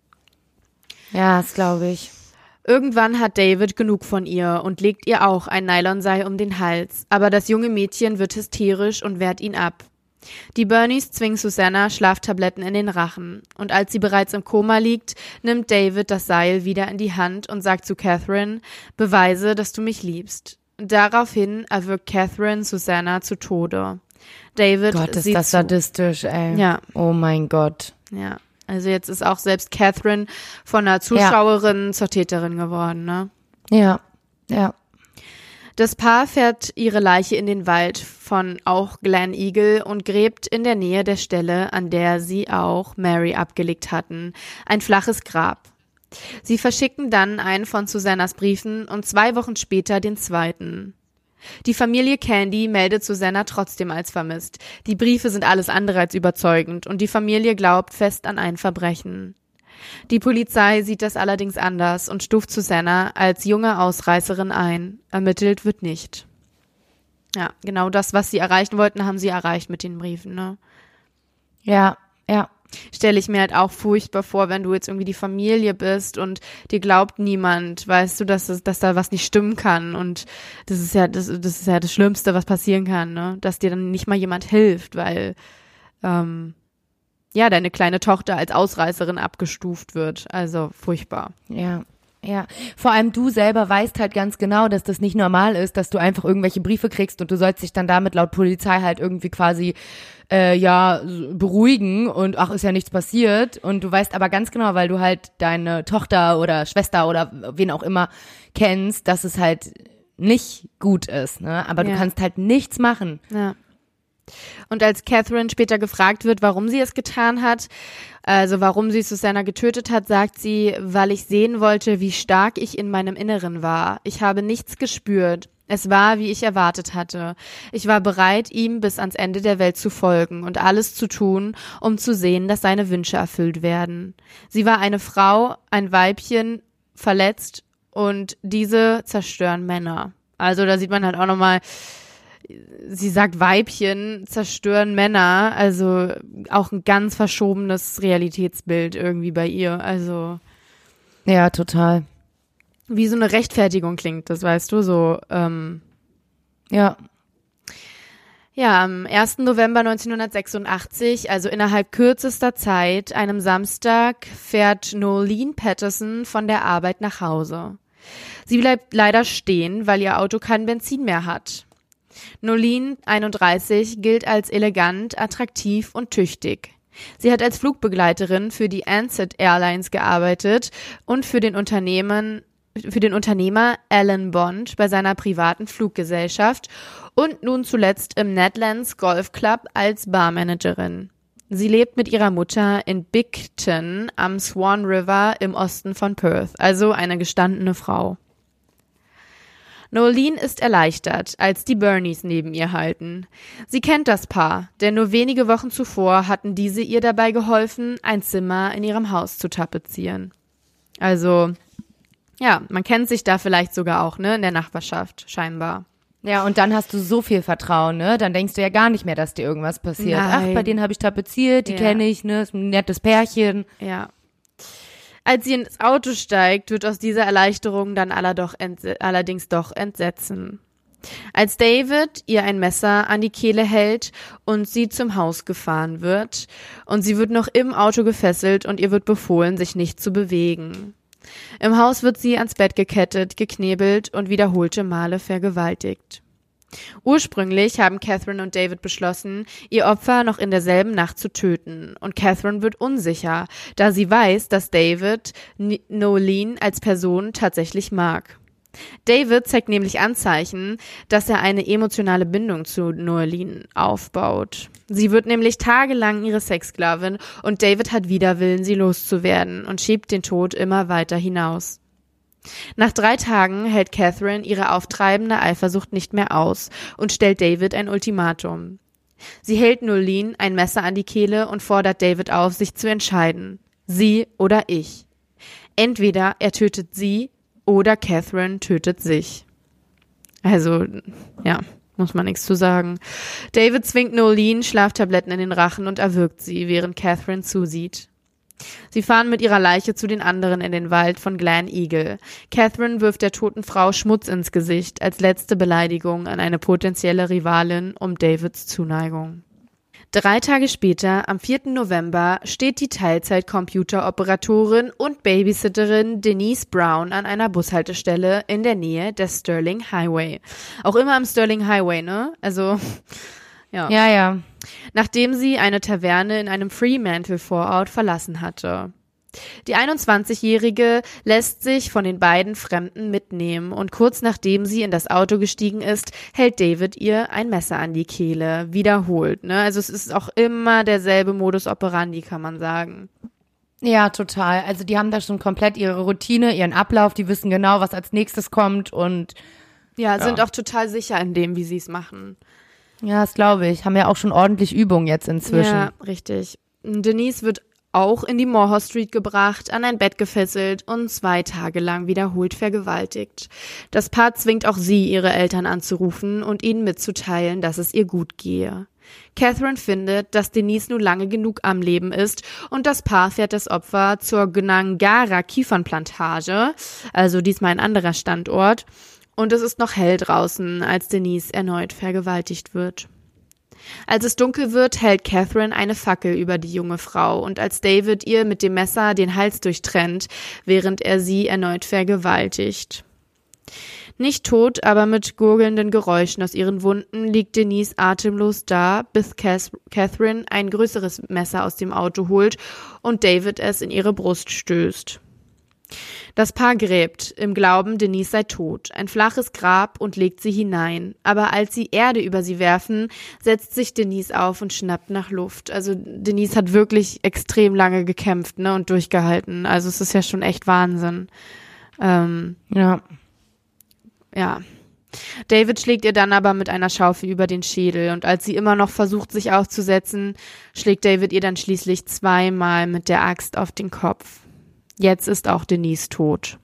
Ja, das glaube ich. Irgendwann hat David genug von ihr und legt ihr auch ein Nylonseil um den Hals, aber das junge Mädchen wird hysterisch und wehrt ihn ab. Die Bernies zwingen Susanna Schlaftabletten in den Rachen, und als sie bereits im Koma liegt, nimmt David das Seil wieder in die Hand und sagt zu Catherine, beweise, dass du mich liebst. Daraufhin erwürgt Catherine Susanna zu Tode. David Gott, ist sieht das zu. sadistisch, ey. Ja. Oh mein Gott. Ja, also jetzt ist auch selbst Catherine von einer Zuschauerin ja. zur Täterin geworden, ne? Ja, ja. Das Paar fährt ihre Leiche in den Wald von auch Glen Eagle und gräbt in der Nähe der Stelle, an der sie auch Mary abgelegt hatten, ein flaches Grab. Sie verschicken dann einen von Susannas Briefen und zwei Wochen später den zweiten. Die Familie Candy meldet Susanna trotzdem als vermisst. Die Briefe sind alles andere als überzeugend und die Familie glaubt fest an ein Verbrechen. Die Polizei sieht das allerdings anders und stuft Susanna als junge Ausreißerin ein. Ermittelt wird nicht. Ja, genau das, was sie erreichen wollten, haben sie erreicht mit den Briefen, ne? Ja, ja. Stelle ich mir halt auch furchtbar vor, wenn du jetzt irgendwie die Familie bist und dir glaubt niemand, weißt du, dass es, dass da was nicht stimmen kann, und das ist ja das, das ist ja das Schlimmste, was passieren kann, ne? Dass dir dann nicht mal jemand hilft, weil ähm, ja, deine kleine Tochter als Ausreißerin abgestuft wird. Also furchtbar. Ja, ja. Vor allem du selber weißt halt ganz genau, dass das nicht normal ist, dass du einfach irgendwelche Briefe kriegst und du sollst dich dann damit laut Polizei halt irgendwie quasi äh, ja beruhigen und ach, ist ja nichts passiert. Und du weißt aber ganz genau, weil du halt deine Tochter oder Schwester oder wen auch immer kennst, dass es halt nicht gut ist, ne? Aber Ja. du kannst halt nichts machen. Ja. Und als Catherine später gefragt wird, warum sie es getan hat, also warum sie Susanna getötet hat, sagt sie, weil ich sehen wollte, wie stark ich in meinem Inneren war. Ich habe nichts gespürt. Es war, wie ich erwartet hatte. Ich war bereit, ihm bis ans Ende der Welt zu folgen und alles zu tun, um zu sehen, dass seine Wünsche erfüllt werden. Sie war eine Frau, ein Weibchen, verletzt, und diese zerstören Männer. Also da sieht man halt auch nochmal, sie sagt Weibchen, zerstören Männer, also auch ein ganz verschobenes Realitätsbild irgendwie bei ihr, also Ja, total. wie so eine Rechtfertigung klingt das, weißt du, so, ähm, Ja. ja, am ersten November neunzehnhundertsechsundachtzig, also innerhalb kürzester Zeit, einem Samstag, fährt Nolene Patterson von der Arbeit nach Hause. Sie bleibt leider stehen, weil ihr Auto kein Benzin mehr hat. Nolene, einunddreißig, gilt als elegant, attraktiv und tüchtig. Sie hat als Flugbegleiterin für die Ansett Airlines gearbeitet und für den Unternehmen, für den Unternehmer Alan Bond bei seiner privaten Fluggesellschaft und nun zuletzt im Nedlands Golf Club als Barmanagerin. Sie lebt mit ihrer Mutter in Bicton am Swan River im Osten von Perth, also eine gestandene Frau. Nolene ist erleichtert, als die Bernies neben ihr halten. Sie kennt das Paar, denn nur wenige Wochen zuvor hatten diese ihr dabei geholfen, ein Zimmer in ihrem Haus zu tapezieren. Also, ja, man kennt sich da vielleicht sogar auch, ne, in der Nachbarschaft, scheinbar. Ja, und dann hast du so viel Vertrauen, ne? Dann denkst du ja gar nicht mehr, dass dir irgendwas passiert. Nein. Ach, bei denen habe ich tapeziert, die Ja. kenne ich, ne? Ist ein nettes Pärchen. Ja. Als sie ins Auto steigt, wird aus dieser Erleichterung dann aller doch entse- allerdings doch Entsetzen. Als David ihr ein Messer an die Kehle hält und sie zum Haus gefahren wird und sie wird noch im Auto gefesselt und ihr wird befohlen, sich nicht zu bewegen. Im Haus wird sie ans Bett gekettet, geknebelt und wiederholte Male vergewaltigt. Ursprünglich haben Catherine und David beschlossen, ihr Opfer noch in derselben Nacht zu töten, und Catherine wird unsicher, da sie weiß, dass David N- Nolene als Person tatsächlich mag. David zeigt nämlich Anzeichen, dass er eine emotionale Bindung zu Nolene aufbaut. Sie wird nämlich tagelang ihre Sexsklavin und David hat Widerwillen, sie loszuwerden und schiebt den Tod immer weiter hinaus. Nach drei Tagen hält Catherine ihre auftreibende Eifersucht nicht mehr aus und stellt David ein Ultimatum. Sie hält Nolene ein Messer an die Kehle und fordert David auf, sich zu entscheiden. Sie oder ich. Entweder er tötet sie oder Catherine tötet sich. Also, ja, muss man nichts zu sagen. David zwingt Nolene Schlaftabletten in den Rachen und erwürgt sie, während Catherine zusieht. Sie fahren mit ihrer Leiche zu den anderen in den Wald von Glen Eagle. Catherine wirft der toten Frau Schmutz ins Gesicht als letzte Beleidigung an eine potenzielle Rivalin um Davids Zuneigung. Drei Tage später, am vierten November, steht die Teilzeit-Computeroperatorin und Babysitterin Denise Brown an einer Bushaltestelle in der Nähe des Sterling Highway. Auch immer am Sterling Highway, ne? Also, ja. Ja, ja. Nachdem sie eine Taverne in einem Fremantle-Vorort verlassen hatte. Die einundzwanzigjährige lässt sich von den beiden Fremden mitnehmen und kurz nachdem sie in das Auto gestiegen ist, hält David ihr ein Messer an die Kehle, wiederholt, ne? Also es ist auch immer derselbe Modus operandi, kann man sagen. Ja, total. Also die haben da schon komplett ihre Routine, ihren Ablauf, die wissen genau, was als nächstes kommt und Ja, Ja. sind auch total sicher in dem, wie sie es machen. ja, das glaube ich. Haben ja auch schon ordentlich Übung jetzt inzwischen. Ja, richtig. Denise wird auch in die Moorhouse Street gebracht, an ein Bett gefesselt und zwei Tage lang wiederholt vergewaltigt. Das Paar zwingt auch sie, ihre Eltern anzurufen und ihnen mitzuteilen, dass es ihr gut gehe. Catherine findet, dass Denise nun lange genug am Leben ist und das Paar fährt das Opfer zur Gnangara Kiefernplantage, also diesmal ein anderer Standort, und es ist noch hell draußen, als Denise erneut vergewaltigt wird. Als es dunkel wird, hält Catherine eine Fackel über die junge Frau und als David ihr mit dem Messer den Hals durchtrennt, während er sie erneut vergewaltigt. Nicht tot, aber mit gurgelnden Geräuschen aus ihren Wunden liegt Denise atemlos da, bis Catherine ein größeres Messer aus dem Auto holt und David es in ihre Brust stößt. Das Paar gräbt, im Glauben, Denise sei tot, ein flaches Grab und legt sie hinein. Aber als sie Erde über sie werfen, setzt sich Denise auf und schnappt nach Luft. Also Denise hat wirklich extrem lange gekämpft, ne, und durchgehalten. Also es ist ja schon echt Wahnsinn. Ähm, Ja. ja. David schlägt ihr dann aber mit einer Schaufel über den Schädel und als sie immer noch versucht, sich aufzusetzen, schlägt David ihr dann schließlich zweimal mit der Axt auf den Kopf. Jetzt ist auch Denise tot.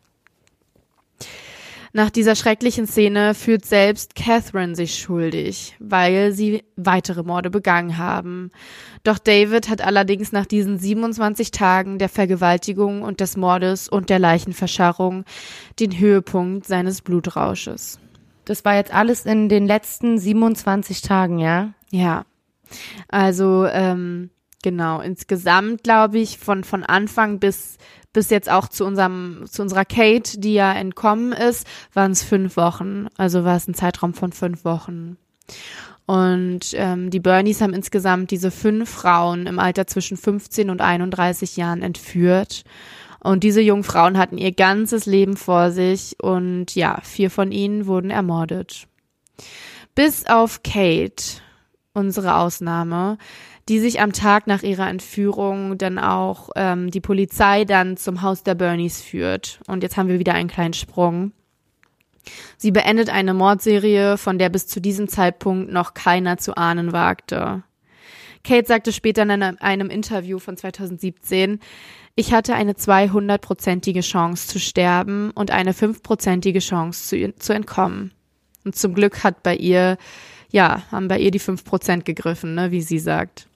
Nach dieser schrecklichen Szene fühlt selbst Catherine sich schuldig, weil sie weitere Morde begangen haben. Doch David hat allerdings nach diesen siebenundzwanzig Tagen der Vergewaltigung und des Mordes und der Leichenverscharrung den Höhepunkt seines Blutrausches. Das war jetzt alles in den letzten siebenundzwanzig Tagen, ja? Ja, also ähm, genau, insgesamt glaube ich von von Anfang bis bis jetzt auch zu unserem zu unserer Kate, die ja entkommen ist, waren es fünf Wochen. Also war es ein Zeitraum von fünf Wochen. Und ähm, die Bernies haben insgesamt diese fünf Frauen im Alter zwischen fünfzehn und einunddreißig Jahren entführt. Und diese jungen Frauen hatten ihr ganzes Leben vor sich und ja, vier von ihnen wurden ermordet. Bis auf Kate, unsere Ausnahme, die sich am Tag nach ihrer Entführung dann auch ähm, die Polizei dann zum Haus der Bernies führt. Und jetzt haben wir wieder einen kleinen Sprung. Sie beendet eine Mordserie, von der bis zu diesem Zeitpunkt noch keiner zu ahnen wagte. Kate sagte später in einem, einem Interview von zweitausendsiebzehn, ich hatte eine zweihundertprozentige Chance zu sterben und eine fünfprozentige Chance zu, zu entkommen. Und zum Glück hat bei ihr, ja, haben bei ihr die fünf Prozent gegriffen, ne, wie sie sagt.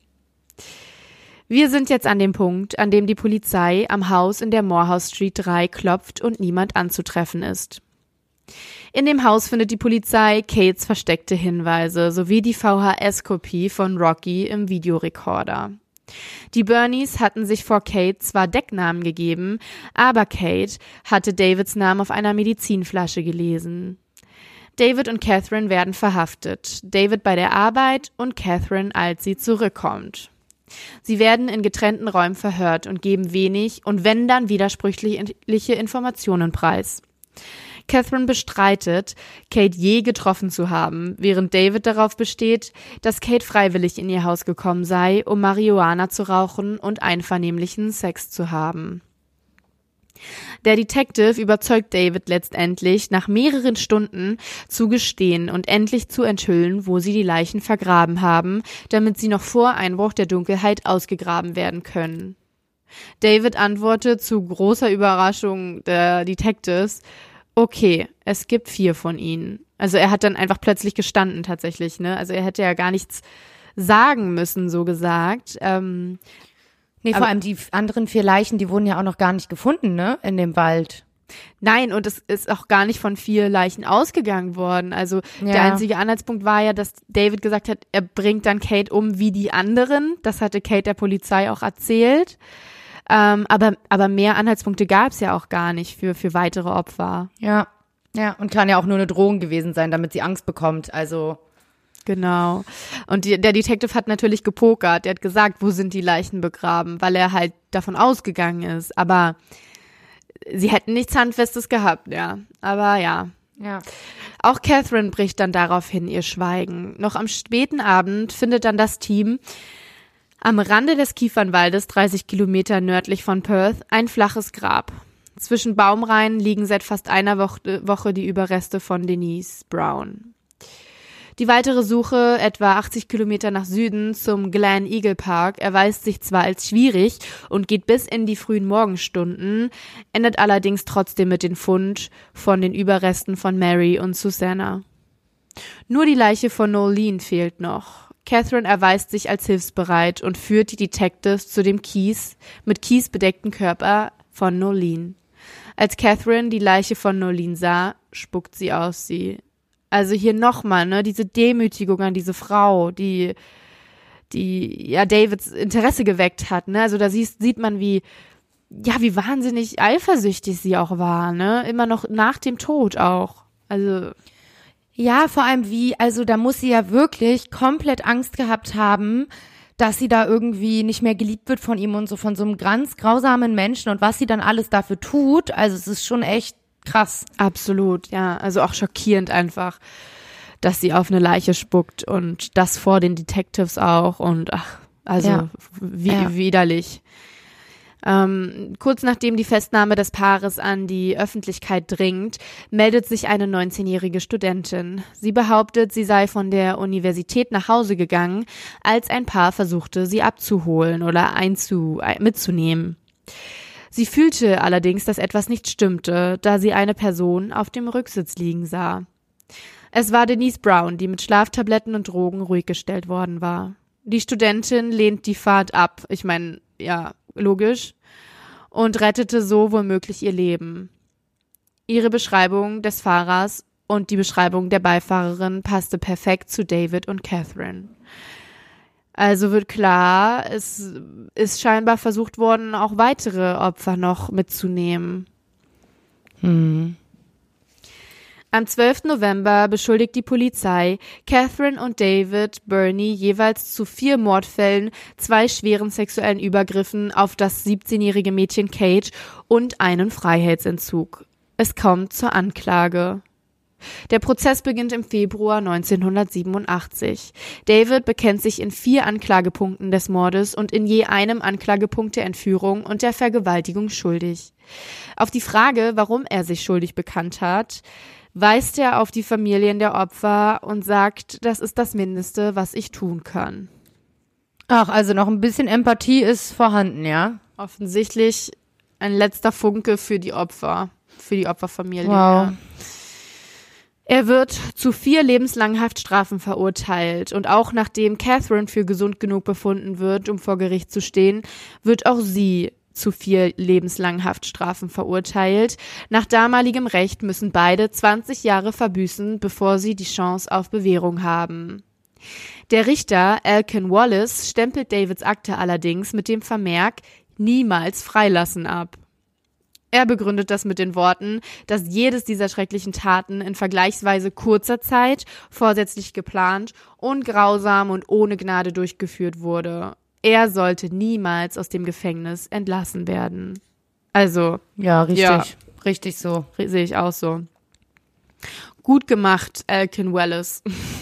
Wir sind jetzt an dem Punkt, an dem die Polizei am Haus in der Morehouse Street drei klopft und niemand anzutreffen ist. In dem Haus findet die Polizei Kates versteckte Hinweise sowie die V H S-Kopie von Rocky im Videorekorder. Die Bernies hatten sich vor Kate zwar Decknamen gegeben, aber Kate hatte Davids Namen auf einer Medizinflasche gelesen. David und Catherine werden verhaftet, David bei der Arbeit und Catherine, als sie zurückkommt. Sie werden in getrennten Räumen verhört und geben wenig und wenn dann widersprüchliche Informationen preis. Catherine bestreitet, Kate je getroffen zu haben, während David darauf besteht, dass Kate freiwillig in ihr Haus gekommen sei, um Marihuana zu rauchen und einvernehmlichen Sex zu haben. Der Detective überzeugt David letztendlich, nach mehreren Stunden zu gestehen und endlich zu enthüllen, wo sie die Leichen vergraben haben, damit sie noch vor Einbruch der Dunkelheit ausgegraben werden können. David antwortet zu großer Überraschung der Detectives, okay, es gibt vier von ihnen. Also er hat dann einfach plötzlich gestanden tatsächlich, ne? Also er hätte ja gar nichts sagen müssen, so gesagt. Ähm, nee, vor allem die anderen vier Leichen, die wurden ja auch noch gar nicht gefunden, ne? In dem Wald. Nein, und es ist auch gar nicht von vier Leichen ausgegangen worden. Also ja. Der einzige Anhaltspunkt war ja, dass David gesagt hat, er bringt dann Kate um wie die anderen. Das hatte Kate der Polizei auch erzählt. Ähm, aber, aber mehr Anhaltspunkte gab es ja auch gar nicht für, für weitere Opfer. Ja, ja, und kann ja auch nur eine Drohung gewesen sein, damit sie Angst bekommt, also. Genau. Und die, der Detective hat natürlich gepokert, der hat gesagt, wo sind die Leichen begraben, weil er halt davon ausgegangen ist, aber sie hätten nichts Handfestes gehabt, ja, aber ja. Ja. Auch Catherine bricht dann daraufhin ihr Schweigen. Noch am späten Abend findet dann das Team am Rande des Kiefernwaldes, dreißig Kilometer nördlich von Perth, ein flaches Grab. Zwischen Baumreihen liegen seit fast einer Woche die Überreste von Denise Brown. Die weitere Suche, etwa achtzig Kilometer nach Süden zum Glen Eagle Park, erweist sich zwar als schwierig und geht bis in die frühen Morgenstunden, endet allerdings trotzdem mit dem Fund von den Überresten von Mary und Susanna. Nur die Leiche von Nolene fehlt noch. Catherine erweist sich als hilfsbereit und führt die Detectives zu dem Kies, mit Kies bedeckten Körper von Nolene. Als Catherine die Leiche von Nolene sah, spuckt sie aus sie. Also hier nochmal, ne, diese Demütigung an diese Frau, die, die, ja, Davids Interesse geweckt hat, ne, also da siehst, sieht man, wie, ja, wie wahnsinnig eifersüchtig sie auch war, ne, immer noch nach dem Tod auch, also. Ja, vor allem wie, also da muss sie ja wirklich komplett Angst gehabt haben, dass sie da irgendwie nicht mehr geliebt wird von ihm und so, von so einem ganz grausamen Menschen und was sie dann alles dafür tut, also es ist schon echt krass. Absolut, ja, also auch schockierend einfach, dass sie auf eine Leiche spuckt und das vor den Detectives auch und ach, also ja. wie ja. widerlich. Ähm, kurz nachdem die Festnahme des Paares an die Öffentlichkeit dringt, meldet sich eine neunzehnjährige Studentin. Sie behauptet, sie sei von der Universität nach Hause gegangen, als ein Paar versuchte, sie abzuholen oder einzu, mitzunehmen. Sie fühlte allerdings, dass etwas nicht stimmte, da sie eine Person auf dem Rücksitz liegen sah. Es war Denise Brown, die mit Schlaftabletten und Drogen ruhig gestellt worden war. Die Studentin lehnt die Fahrt ab, ich meine, ja, logisch, und rettete so womöglich ihr Leben. Ihre Beschreibung des Fahrers und die Beschreibung der Beifahrerin passte perfekt zu David und Catherine. Also wird klar, es ist scheinbar versucht worden, auch weitere Opfer noch mitzunehmen. Hm. Am zwölften November beschuldigt die Polizei Catherine und David Burney jeweils zu vier Mordfällen, zwei schweren sexuellen Übergriffen auf das siebzehnjährige Mädchen Kate und einen Freiheitsentzug. Es kommt zur Anklage. Der Prozess beginnt im Februar neunzehnhundertsiebenundachtzig. David bekennt sich in vier Anklagepunkten des Mordes und in je einem Anklagepunkt der Entführung und der Vergewaltigung schuldig. Auf die Frage, warum er sich schuldig bekannt hat, weist er auf die Familien der Opfer und sagt, das ist das Mindeste, was ich tun kann. Ach, also noch ein bisschen Empathie ist vorhanden, ja? Offensichtlich ein letzter Funke für die Opfer, für die Opferfamilie. Wow. Ja. Er wird zu vier lebenslangen Haftstrafen verurteilt und auch nachdem Catherine für gesund genug befunden wird, um vor Gericht zu stehen, wird auch sie zu vier lebenslangen Haftstrafen verurteilt. Nach damaligem Recht müssen beide zwanzig Jahre verbüßen, bevor sie die Chance auf Bewährung haben. Der Richter Elkin Wallace stempelt Davids Akte allerdings mit dem Vermerk niemals freilassen ab. Er begründet das mit den Worten, dass jedes dieser schrecklichen Taten in vergleichsweise kurzer Zeit vorsätzlich geplant und grausam und ohne Gnade durchgeführt wurde. Er sollte niemals aus dem Gefängnis entlassen werden. Also, ja, richtig, ja, richtig so. Sehe ich auch so. Gut gemacht, Elkin Wallace.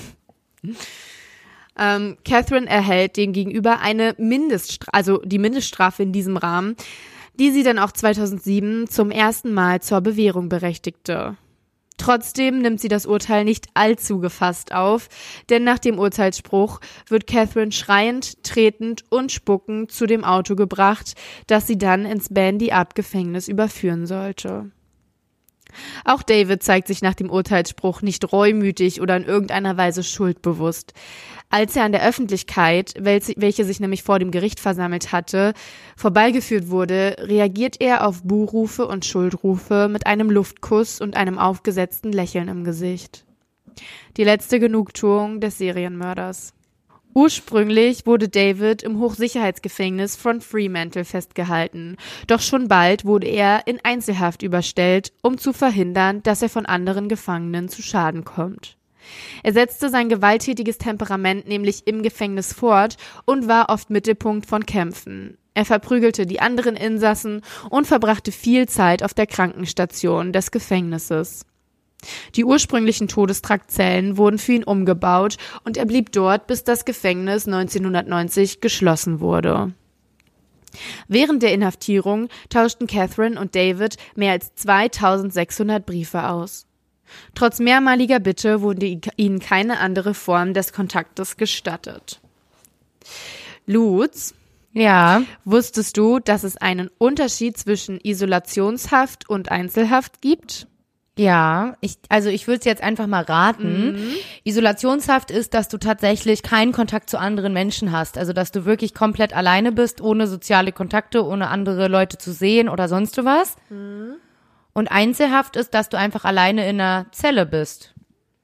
ähm, Catherine erhält demgegenüber eine Mindeststrafe, also die Mindeststrafe in diesem Rahmen, die sie dann auch zweitausendsieben zum ersten Mal zur Bewährung berechtigte. Trotzdem nimmt sie das Urteil nicht allzu gefasst auf, denn nach dem Urteilsspruch wird Catherine schreiend, tretend und spuckend zu dem Auto gebracht, das sie dann ins Bandy-Up-Gefängnis überführen sollte. Auch David zeigt sich nach dem Urteilsspruch nicht reumütig oder in irgendeiner Weise schuldbewusst. Als er an der Öffentlichkeit, welche sich nämlich vor dem Gericht versammelt hatte, vorbeigeführt wurde, reagiert er auf Buhrufe und Schuldrufe mit einem Luftkuss und einem aufgesetzten Lächeln im Gesicht. Die letzte Genugtuung des Serienmörders. Ursprünglich wurde David im Hochsicherheitsgefängnis von Fremantle festgehalten, doch schon bald wurde er in Einzelhaft überstellt, um zu verhindern, dass er von anderen Gefangenen zu Schaden kommt. Er setzte sein gewalttätiges Temperament nämlich im Gefängnis fort und war oft Mittelpunkt von Kämpfen. Er verprügelte die anderen Insassen und verbrachte viel Zeit auf der Krankenstation des Gefängnisses. Die ursprünglichen Todestraktzellen wurden für ihn umgebaut und er blieb dort, bis das Gefängnis neunzehnhundertneunzig geschlossen wurde. Während der Inhaftierung tauschten Catherine und David mehr als zweitausendsechshundert Briefe aus. Trotz mehrmaliger Bitte wurde ihnen keine andere Form des Kontaktes gestattet. Lutz, ja, wusstest du, dass es einen Unterschied zwischen Isolationshaft und Einzelhaft gibt? Ja, ich, also ich würde es jetzt einfach mal raten. Mhm. Isolationshaft ist, dass du tatsächlich keinen Kontakt zu anderen Menschen hast. Also dass du wirklich komplett alleine bist, ohne soziale Kontakte, ohne andere Leute zu sehen oder sonst was. Mhm. Und Einzelhaft ist, dass du einfach alleine in einer Zelle bist.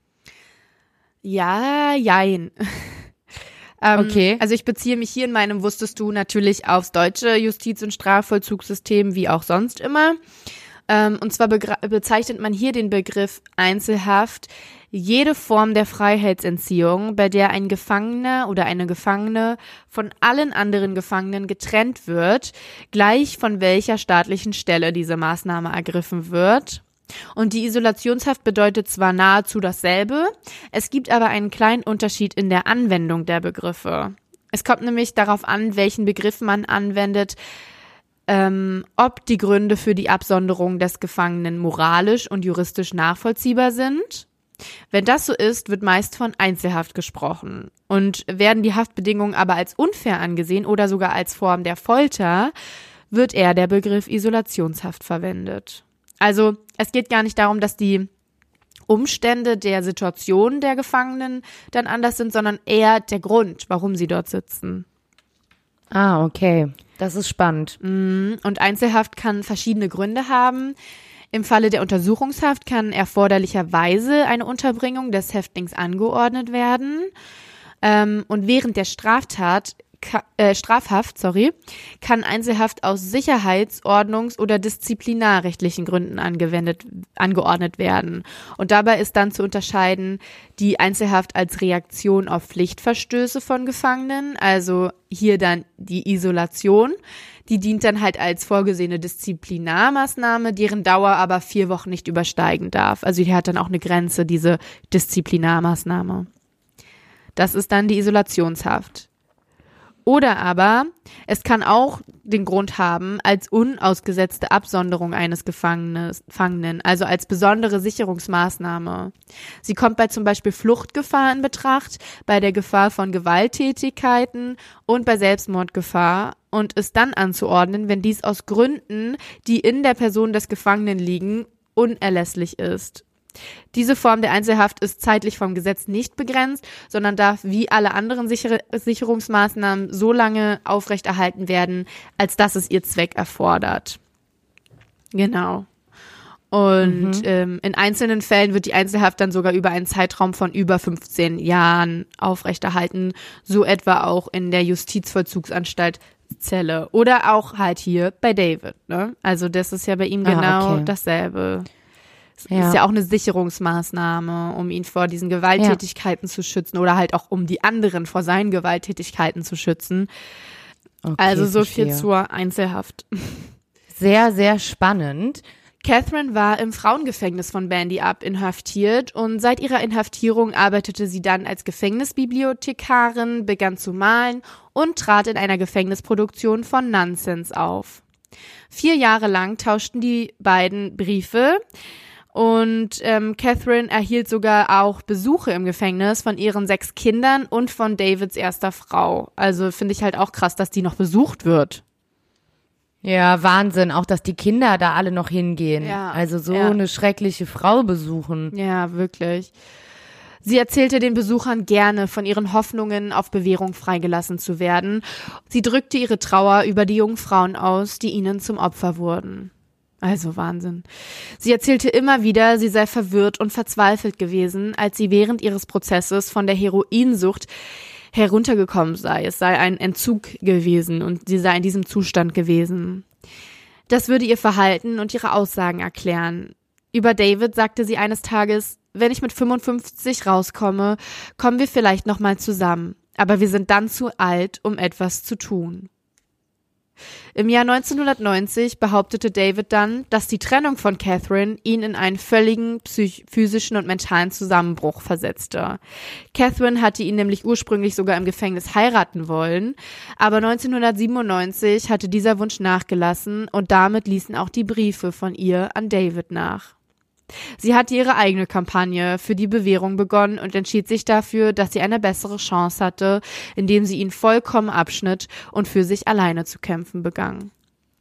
Ja, jein. ähm, okay. Also ich beziehe mich hier in meinem Wusstest du natürlich aufs deutsche Justiz- und Strafvollzugssystem, wie auch sonst immer. Ähm, und zwar bezeichnet man hier den Begriff Einzelhaft jede Form der Freiheitsentziehung, bei der ein Gefangener oder eine Gefangene von allen anderen Gefangenen getrennt wird, gleich von welcher staatlichen Stelle diese Maßnahme ergriffen wird. Und die Isolationshaft bedeutet zwar nahezu dasselbe, es gibt aber einen kleinen Unterschied in der Anwendung der Begriffe. Es kommt nämlich darauf an, welchen Begriff man anwendet, Ähm, ob die Gründe für die Absonderung des Gefangenen moralisch und juristisch nachvollziehbar sind. Wenn das so ist, wird meist von Einzelhaft gesprochen. Und werden die Haftbedingungen aber als unfair angesehen oder sogar als Form der Folter, wird eher der Begriff Isolationshaft verwendet. Also es geht gar nicht darum, dass die Umstände der Situation der Gefangenen dann anders sind, sondern eher der Grund, warum sie dort sitzen. Ah, okay. Das ist spannend. Und Einzelhaft kann verschiedene Gründe haben. Im Falle der Untersuchungshaft kann erforderlicherweise eine Unterbringung des Häftlings angeordnet werden. Und während der Straftat ka- äh, Strafhaft, sorry, kann Einzelhaft aus Sicherheits-, Ordnungs- oder disziplinarrechtlichen Gründen angewendet, angeordnet werden. Und dabei ist dann zu unterscheiden die Einzelhaft als Reaktion auf Pflichtverstöße von Gefangenen, also hier dann die Isolation. Die dient dann halt als vorgesehene Disziplinarmaßnahme, deren Dauer aber vier Wochen nicht übersteigen darf. Also die hat dann auch eine Grenze, diese Disziplinarmaßnahme. Das ist dann die Isolationshaft. Oder aber, es kann auch den Grund haben, als unausgesetzte Absonderung eines Gefangenen, also als besondere Sicherungsmaßnahme. Sie kommt bei zum Beispiel Fluchtgefahr in Betracht, bei der Gefahr von Gewalttätigkeiten und bei Selbstmordgefahr und ist dann anzuordnen, wenn dies aus Gründen, die in der Person des Gefangenen liegen, unerlässlich ist. Diese Form der Einzelhaft ist zeitlich vom Gesetz nicht begrenzt, sondern darf wie alle anderen Sicher- Sicherungsmaßnahmen so lange aufrechterhalten werden, als dass es ihr Zweck erfordert. Genau. Und mhm. ähm, in einzelnen Fällen wird die Einzelhaft dann sogar über einen Zeitraum von über fünfzehn Jahren aufrechterhalten, so etwa auch in der Justizvollzugsanstalt Zelle oder auch halt hier bei David. Ne? Also das ist ja bei ihm genau ah, okay. dasselbe. Ja. Ist ja auch eine Sicherungsmaßnahme, um ihn vor diesen Gewalttätigkeiten ja. zu schützen oder halt auch um die anderen vor seinen Gewalttätigkeiten zu schützen. Okay, also so verstehe. Viel zur Einzelhaft. Sehr, sehr spannend. Catherine war im Frauengefängnis von Bandy Up inhaftiert und seit ihrer Inhaftierung arbeitete sie dann als Gefängnisbibliothekarin, begann zu malen und trat in einer Gefängnisproduktion von Nonsense auf. Vier Jahre lang tauschten die beiden Briefe. Und ähm, Catherine erhielt sogar auch Besuche im Gefängnis von ihren sechs Kindern und von Davids erster Frau. Also finde ich halt auch krass, dass die noch besucht wird. Ja, Wahnsinn. Auch, dass die Kinder da alle noch hingehen. Ja, also so ja. eine schreckliche Frau besuchen. Ja, wirklich. Sie erzählte den Besuchern gerne von ihren Hoffnungen, auf Bewährung freigelassen zu werden. Sie drückte ihre Trauer über die jungen Frauen aus, die ihnen zum Opfer wurden. Also Wahnsinn. Sie erzählte immer wieder, sie sei verwirrt und verzweifelt gewesen, als sie während ihres Prozesses von der Heroinsucht heruntergekommen sei. Es sei ein Entzug gewesen und sie sei in diesem Zustand gewesen. Das würde ihr Verhalten und ihre Aussagen erklären. Über David sagte sie eines Tages, wenn ich mit fünfundfünfzig rauskomme, kommen wir vielleicht nochmal zusammen. Aber wir sind dann zu alt, um etwas zu tun. Im Jahr neunzehnhundertneunzig behauptete David dann, dass die Trennung von Catherine ihn in einen völligen psych- physischen und mentalen Zusammenbruch versetzte. Catherine hatte ihn nämlich ursprünglich sogar im Gefängnis heiraten wollen, aber neunzehnhundertsiebenundneunzig hatte dieser Wunsch nachgelassen und damit ließen auch die Briefe von ihr an David nach. Sie hatte ihre eigene Kampagne für die Bewährung begonnen und entschied sich dafür, dass sie eine bessere Chance hatte, indem sie ihn vollkommen abschnitt und für sich alleine zu kämpfen begann.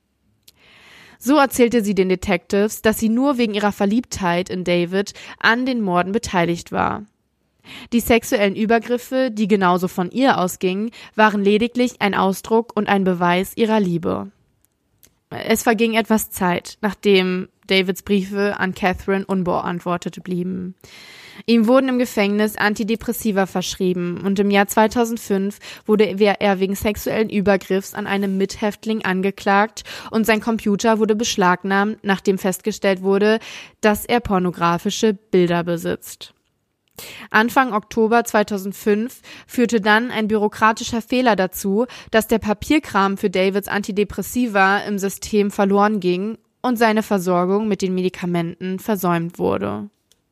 So erzählte sie den Detectives, dass sie nur wegen ihrer Verliebtheit in David an den Morden beteiligt war. Die sexuellen Übergriffe, die genauso von ihr ausgingen, waren lediglich ein Ausdruck und ein Beweis ihrer Liebe. Es verging etwas Zeit, nachdem Davids Briefe an Catherine unbeantwortet blieben. Ihm wurden im Gefängnis Antidepressiva verschrieben und im Jahr zweitausendfünf wurde er wegen sexuellen Übergriffs an einem Mithäftling angeklagt und sein Computer wurde beschlagnahmt, nachdem festgestellt wurde, dass er pornografische Bilder besitzt. Anfang Oktober zweitausendfünf führte dann ein bürokratischer Fehler dazu, dass der Papierkram für Davids Antidepressiva im System verloren ging und seine Versorgung mit den Medikamenten versäumt wurde.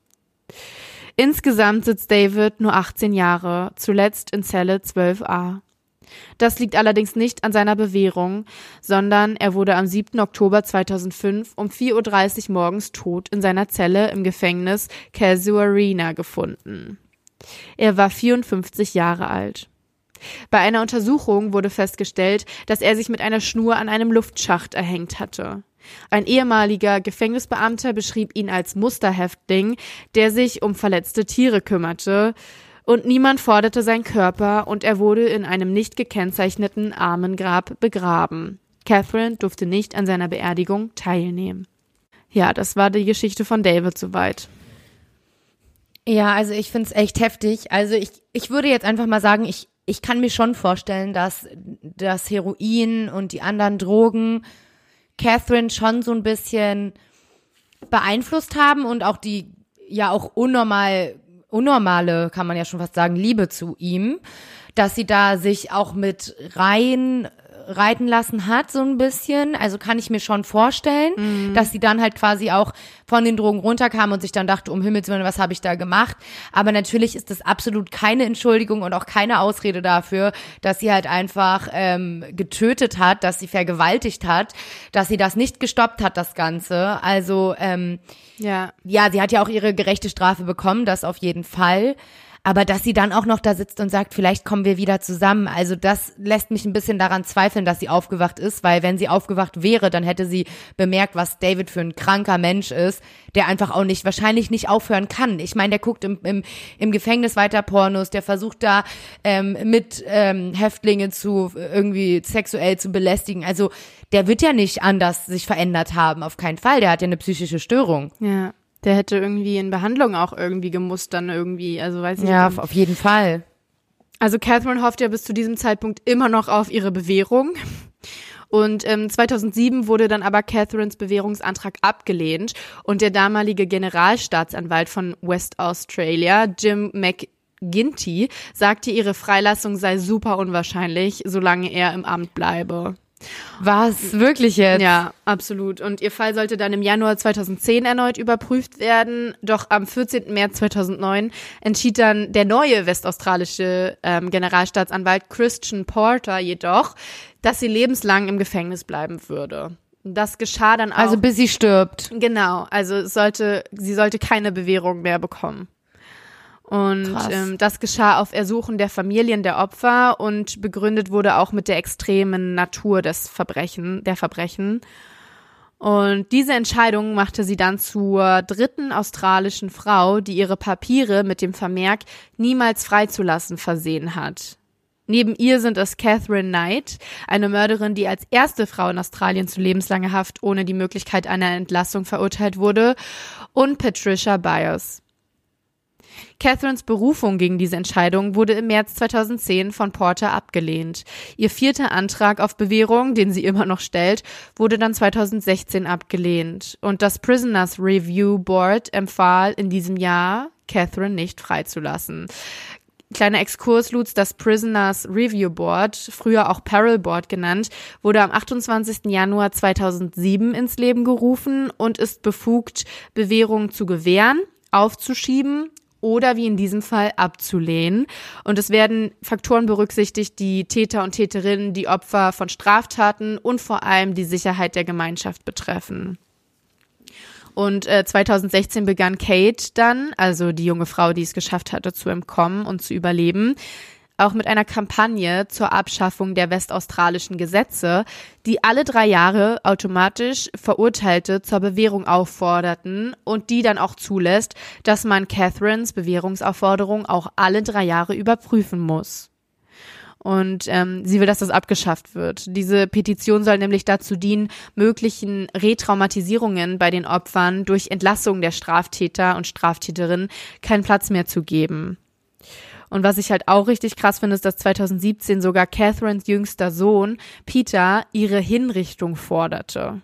Insgesamt sitzt David nur achtzehn Jahre, zuletzt in Zelle zwölf a. Das liegt allerdings nicht an seiner Bewährung, sondern er wurde am siebten Oktober zweitausendfünf um vier Uhr dreißig morgens tot in seiner Zelle im Gefängnis Casuarina gefunden. Er war vierundfünfzig Jahre alt. Bei einer Untersuchung wurde festgestellt, dass er sich mit einer Schnur an einem Luftschacht erhängt hatte. Ein ehemaliger Gefängnisbeamter beschrieb ihn als Musterhäftling, der sich um verletzte Tiere kümmerte, und niemand forderte seinen Körper und er wurde in einem nicht gekennzeichneten Armengrab begraben. Catherine durfte nicht an seiner Beerdigung teilnehmen. Ja, das war die Geschichte von David soweit. Ja, also ich find's echt heftig. Also ich, ich würde jetzt einfach mal sagen, ich ich kann mir schon vorstellen, dass das Heroin und die anderen Drogen Catherine schon so ein bisschen beeinflusst haben und auch die ja auch unnormal, unnormale, kann man ja schon fast sagen, Liebe zu ihm, dass sie da sich auch mit rein reiten lassen hat, so ein bisschen. Also kann ich mir schon vorstellen, mhm. dass sie dann halt quasi auch von den Drogen runterkam und sich dann dachte, um Himmels Willen, was habe ich da gemacht? Aber natürlich ist das absolut keine Entschuldigung und auch keine Ausrede dafür, dass sie halt einfach ähm, getötet hat, dass sie vergewaltigt hat, dass sie das nicht gestoppt hat, das Ganze. Also ähm, ja, ja, sie hat ja auch ihre gerechte Strafe bekommen, das auf jeden Fall. Aber dass sie dann auch noch da sitzt und sagt, vielleicht kommen wir wieder zusammen, also das lässt mich ein bisschen daran zweifeln, dass sie aufgewacht ist, weil wenn sie aufgewacht wäre, dann hätte sie bemerkt, was David für ein kranker Mensch ist, der einfach auch nicht, wahrscheinlich nicht aufhören kann. Ich meine, der guckt im, im, im Gefängnis weiter Pornos, der versucht da ähm, mit ähm, Häftlingen zu irgendwie sexuell zu belästigen. Also der wird ja nicht anders sich verändert haben, auf keinen Fall. Der hat ja eine psychische Störung. Ja. Der hätte irgendwie in Behandlung auch irgendwie gemusst dann irgendwie, also weiß ich nicht. Ja, auf jeden Fall. Also Catherine hofft ja bis zu diesem Zeitpunkt immer noch auf ihre Bewährung. Und ähm, zweitausendsieben wurde dann aber Catherines Bewährungsantrag abgelehnt und der damalige Generalstaatsanwalt von West Australia, Jim McGinty, sagte, ihre Freilassung sei super unwahrscheinlich, solange er im Amt bleibe. Was? Wirklich jetzt? Ja, absolut. Und ihr Fall sollte dann im Januar zweitausendzehn erneut überprüft werden. Doch am vierzehnten März zweitausendneun entschied dann der neue westaustralische ähm, Generalstaatsanwalt Christian Porter jedoch, dass sie lebenslang im Gefängnis bleiben würde. Das geschah dann auch. Also bis sie stirbt. Genau. Also es sollte, sie sollte keine Bewährung mehr bekommen. Und ähm, das geschah auf Ersuchen der Familien der Opfer und begründet wurde auch mit der extremen Natur des Verbrechen, der Verbrechen. Und diese Entscheidung machte sie dann zur dritten australischen Frau, die ihre Papiere mit dem Vermerk niemals freizulassen versehen hat. Neben ihr sind es Catherine Knight, eine Mörderin, die als erste Frau in Australien zu lebenslanger Haft ohne die Möglichkeit einer Entlassung verurteilt wurde, und Patricia Byers. Catherines Berufung gegen diese Entscheidung wurde im März zweitausendzehn von Porter abgelehnt. Ihr vierter Antrag auf Bewährung, den sie immer noch stellt, wurde dann zweitausendsechzehn abgelehnt. Und das Prisoners Review Board empfahl in diesem Jahr, Catherine nicht freizulassen. Kleiner Exkurs, Lutz, das Prisoners Review Board, früher auch Parole Board genannt, wurde am achtundzwanzigsten Januar zweitausendsieben ins Leben gerufen und ist befugt, Bewährungen zu gewähren, aufzuschieben oder wie in diesem Fall abzulehnen. Und es werden Faktoren berücksichtigt, die Täter und Täterinnen, die Opfer von Straftaten und vor allem die Sicherheit der Gemeinschaft betreffen. Und äh, zweitausendsechzehn begann Kate dann, also die junge Frau, die es geschafft hatte, zu entkommen und zu überleben, auch mit einer Kampagne zur Abschaffung der westaustralischen Gesetze, die alle drei Jahre automatisch Verurteilte zur Bewährung aufforderten und die dann auch zulässt, dass man Catherines Bewährungsaufforderung auch alle drei Jahre überprüfen muss. Und ähm, sie will, dass das abgeschafft wird. Diese Petition soll nämlich dazu dienen, möglichen Retraumatisierungen bei den Opfern durch Entlassung der Straftäter und Straftäterinnen keinen Platz mehr zu geben. Und was ich halt auch richtig krass finde, ist, dass zweitausendsiebzehn sogar Catherines jüngster Sohn, Peter, ihre Hinrichtung forderte.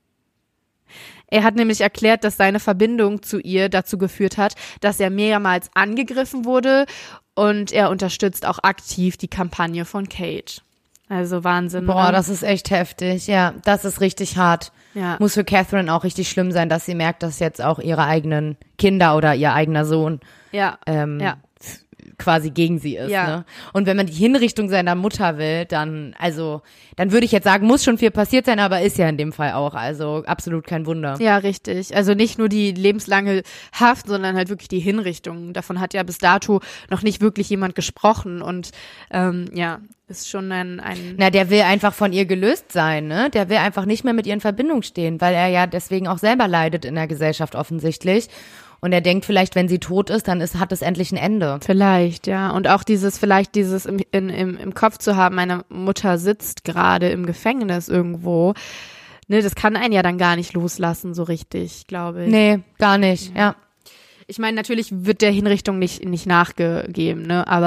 Er hat nämlich erklärt, dass seine Verbindung zu ihr dazu geführt hat, dass er mehrmals angegriffen wurde und er unterstützt auch aktiv die Kampagne von Kate. Also Wahnsinn. Boah, das ist echt heftig. Ja, das ist richtig hart. Ja. Muss für Catherine auch richtig schlimm sein, dass sie merkt, dass jetzt auch ihre eigenen Kinder oder ihr eigener Sohn ja. Ähm, ja. quasi gegen sie ist. Ja. Ne? Und wenn man die Hinrichtung seiner Mutter will, dann, also, dann würde ich jetzt sagen, muss schon viel passiert sein, aber ist ja in dem Fall auch. Also absolut kein Wunder. Ja, richtig. Also nicht nur die lebenslange Haft, sondern halt wirklich die Hinrichtung. Davon hat ja bis dato noch nicht wirklich jemand gesprochen. Und ähm, ja, ist schon ein, ein... Na, der will einfach von ihr gelöst sein, ne? Der will einfach nicht mehr mit ihr in Verbindung stehen, weil er ja deswegen auch selber leidet in der Gesellschaft offensichtlich. Und er denkt vielleicht, wenn sie tot ist, dann ist, hat es endlich ein Ende. Vielleicht, ja. Und auch dieses, vielleicht dieses im, in, im, im Kopf zu haben, meine Mutter sitzt gerade im Gefängnis irgendwo. Ne, das kann einen ja dann gar nicht loslassen, so richtig, glaube ich. Nee, gar nicht, ja. Ich meine, natürlich wird der Hinrichtung nicht, nicht nachgegeben, ne, aber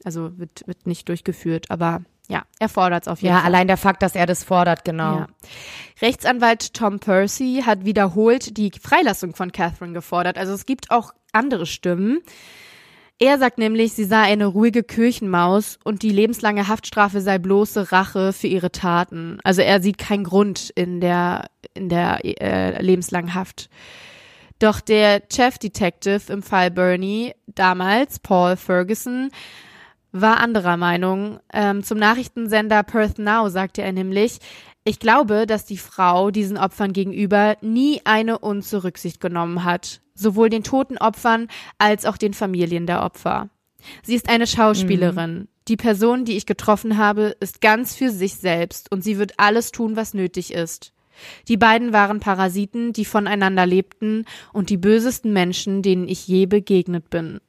also wird, wird nicht durchgeführt, aber ja, er fordert es auf jeden ja, Fall. Ja, allein der Fakt, dass er das fordert, genau. Ja. Rechtsanwalt Tom Percy hat wiederholt die Freilassung von Catherine gefordert. Also es gibt auch andere Stimmen. Er sagt nämlich, sie sei eine ruhige Kirchenmaus und die lebenslange Haftstrafe sei bloße Rache für ihre Taten. Also er sieht keinen Grund in der, in der äh, lebenslangen Haft. Doch der Chef-Detective im Fall Bernie, damals Paul Ferguson, war anderer Meinung. Ähm, zum Nachrichtensender Perth Now sagte er nämlich, ich glaube, dass die Frau diesen Opfern gegenüber nie eine Unze Rücksicht genommen hat. Sowohl den toten Opfern als auch den Familien der Opfer. Sie ist eine Schauspielerin. Mhm. Die Person, die ich getroffen habe, ist ganz für sich selbst und sie wird alles tun, was nötig ist. Die beiden waren Parasiten, die voneinander lebten und die bösesten Menschen, denen ich je begegnet bin.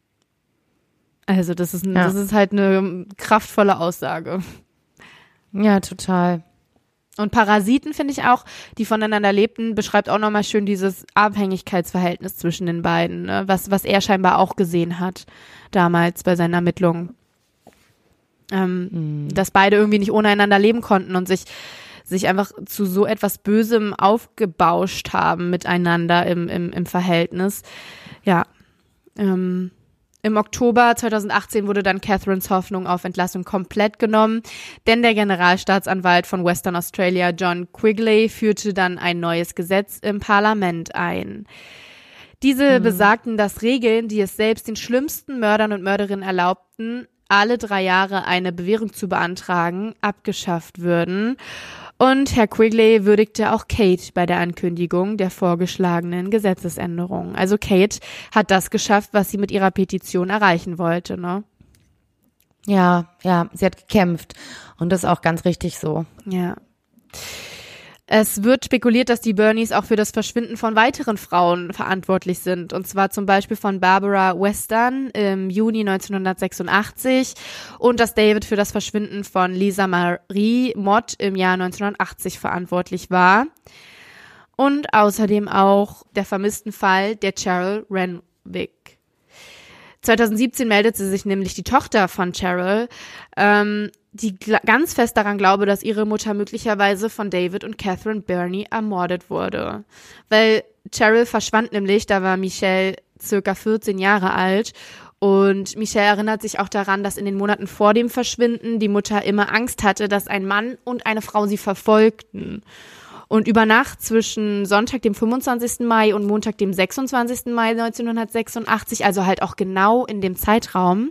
Also das ist, ein, ja. das ist halt eine kraftvolle Aussage. Ja, total. Und Parasiten finde ich auch, die voneinander lebten, beschreibt auch nochmal schön dieses Abhängigkeitsverhältnis zwischen den beiden, ne? was, was er scheinbar auch gesehen hat damals bei seinen Ermittlungen. Ähm, mhm. Dass beide irgendwie nicht ohne einander leben konnten und sich, sich einfach zu so etwas Bösem aufgebauscht haben miteinander im, im, im Verhältnis. Ja, ähm, Im Oktober zweitausendachtzehn wurde dann Catherines Hoffnung auf Entlassung komplett genommen, denn der Generalstaatsanwalt von Western Australia, John Quigley, führte dann ein neues Gesetz im Parlament ein. Diese mhm. besagten, dass Regeln, die es selbst den schlimmsten Mördern und Mörderinnen erlaubten, alle drei Jahre eine Bewährung zu beantragen, abgeschafft würden. Und Herr Quigley würdigte auch Kate bei der Ankündigung der vorgeschlagenen Gesetzesänderung. Also Kate hat das geschafft, was sie mit ihrer Petition erreichen wollte, ne? Ja, ja, sie hat gekämpft. Und das ist auch ganz richtig so. Ja. Es wird spekuliert, dass die Bernies auch für das Verschwinden von weiteren Frauen verantwortlich sind. Und zwar zum Beispiel von Barbara Western im Juni neunzehnhundertsechsundachtzig und dass David für das Verschwinden von Lisa Marie Mott im Jahr neunzehnhundertachtzig verantwortlich war. Und außerdem auch der vermissten Fall der Cheryl Renwick. zweitausendsiebzehn meldete sich nämlich die Tochter von Cheryl, ähm, die gl- ganz fest daran glaube, dass ihre Mutter möglicherweise von David und Catherine Bernie ermordet wurde. Weil Cheryl verschwand nämlich, da war Michelle circa vierzehn Jahre alt und Michelle erinnert sich auch daran, dass in den Monaten vor dem Verschwinden die Mutter immer Angst hatte, dass ein Mann und eine Frau sie verfolgten. Und über Nacht zwischen Sonntag, dem fünfundzwanzigsten Mai und Montag, dem sechsundzwanzigsten Mai neunzehnhundertsechsundachtzig, also halt auch genau in dem Zeitraum,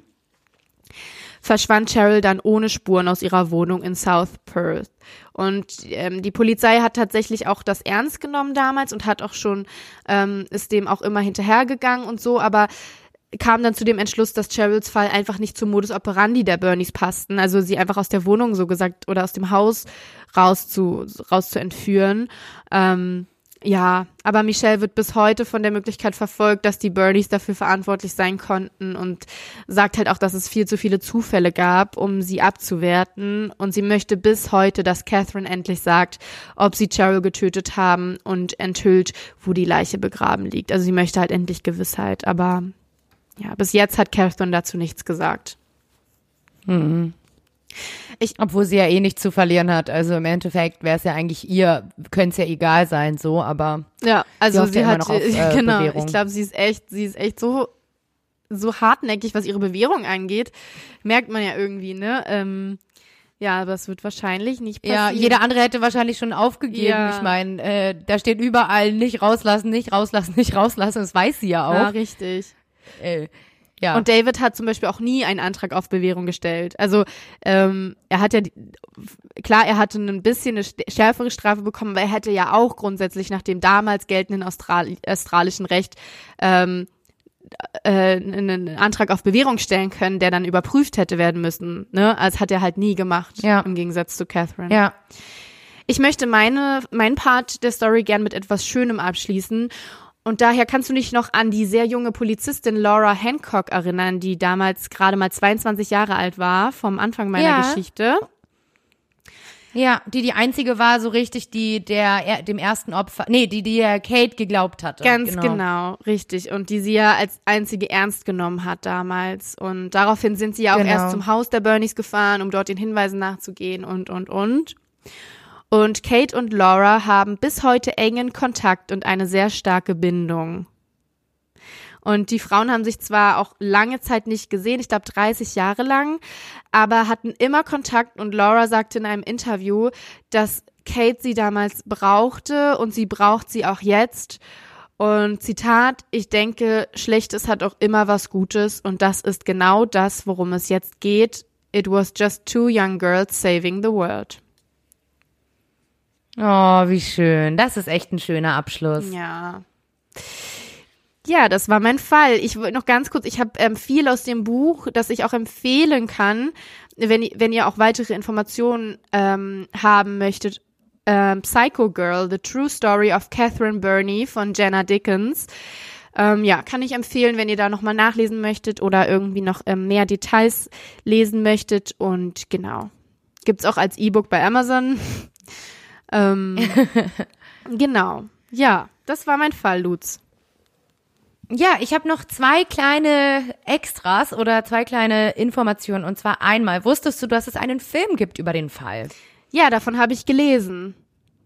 verschwand Cheryl dann ohne Spuren aus ihrer Wohnung in South Perth. Und ähm, die Polizei hat tatsächlich auch das ernst genommen damals und hat auch schon, ähm, ist dem auch immer hinterhergegangen und so, aber kam dann zu dem Entschluss, dass Cheryls Fall einfach nicht zum Modus operandi der Bernies passten, also sie einfach aus der Wohnung so gesagt oder aus dem Haus raus zu, raus zu entführen. Ähm, ja, aber Michelle wird bis heute von der Möglichkeit verfolgt, dass die Bernies dafür verantwortlich sein konnten und sagt halt auch, dass es viel zu viele Zufälle gab, um sie abzuwerten. Und sie möchte bis heute, dass Catherine endlich sagt, ob sie Cheryl getötet haben und enthüllt, wo die Leiche begraben liegt. Also sie möchte halt endlich Gewissheit, aber ja, bis jetzt hat Catherine dazu nichts gesagt. Mhm. Ich, Obwohl sie ja eh nichts zu verlieren hat. Also im Endeffekt wäre es ja eigentlich ihr, könnte es ja egal sein, so, aber ja, also sie, sie ja hat, auf, äh, genau, Bewährung. Ich glaube, sie ist echt, sie ist echt so, so hartnäckig, was ihre Bewährung angeht. Merkt man ja irgendwie, ne? Ähm, ja, aber es wird wahrscheinlich nicht passieren. Ja, jeder andere hätte wahrscheinlich schon aufgegeben. Ja. Ich meine, äh, da steht überall nicht rauslassen, nicht rauslassen, nicht rauslassen. Das weiß sie ja auch. Ja, richtig. Äh, Ja. Und David hat zum Beispiel auch nie einen Antrag auf Bewährung gestellt. Also ähm, er hat ja, die, klar, er hatte ein bisschen eine schärfere Strafe bekommen, aber er hätte ja auch grundsätzlich nach dem damals geltenden Austral- australischen Recht ähm, äh, einen Antrag auf Bewährung stellen können, der dann überprüft hätte werden müssen. Ne? Also hat er halt nie gemacht, ja. im Gegensatz zu Catherine. Ja. Ich möchte meine, meinen Part der Story gern mit etwas Schönem abschließen. Und daher kannst du dich noch an die sehr junge Polizistin Laura Hancock erinnern, die damals gerade mal zweiundzwanzig Jahre alt war, vom Anfang meiner ja. Geschichte. Ja, die die einzige war so richtig, die der dem ersten Opfer, nee, die die Kate geglaubt hatte. Ganz genau. genau, richtig. Und die sie ja als einzige ernst genommen hat damals. Und daraufhin sind sie ja auch genau. erst zum Haus der Bernies gefahren, um dort den Hinweisen nachzugehen und, und, und. Und Kate und Laura haben bis heute engen Kontakt und eine sehr starke Bindung. Und die Frauen haben sich zwar auch lange Zeit nicht gesehen, ich glaube dreißig Jahre lang, aber hatten immer Kontakt und Laura sagte in einem Interview, dass Kate sie damals brauchte und sie braucht sie auch jetzt. Und Zitat, ich denke, Schlechtes hat auch immer was Gutes und das ist genau das, worum es jetzt geht. It was just two young girls saving the world. Oh, wie schön. Das ist echt ein schöner Abschluss. Ja. Ja, das war mein Fall. Ich wollte noch ganz kurz, ich habe ähm, viel aus dem Buch, das ich auch empfehlen kann, wenn, wenn ihr auch weitere Informationen ähm, haben möchtet. Ähm, Psycho Girl, The True Story of Catherine Burney von Jenna Dickens. Ähm, ja, kann ich empfehlen, wenn ihr da nochmal nachlesen möchtet oder irgendwie noch ähm, mehr Details lesen möchtet. Und genau, gibt's auch als E-Book bei Amazon. ähm, genau, ja, das war mein Fall, Lutz. Ja, ich habe noch zwei kleine Extras oder zwei kleine Informationen. Und zwar einmal, wusstest du, dass es einen Film gibt über den Fall? Ja, davon habe ich gelesen.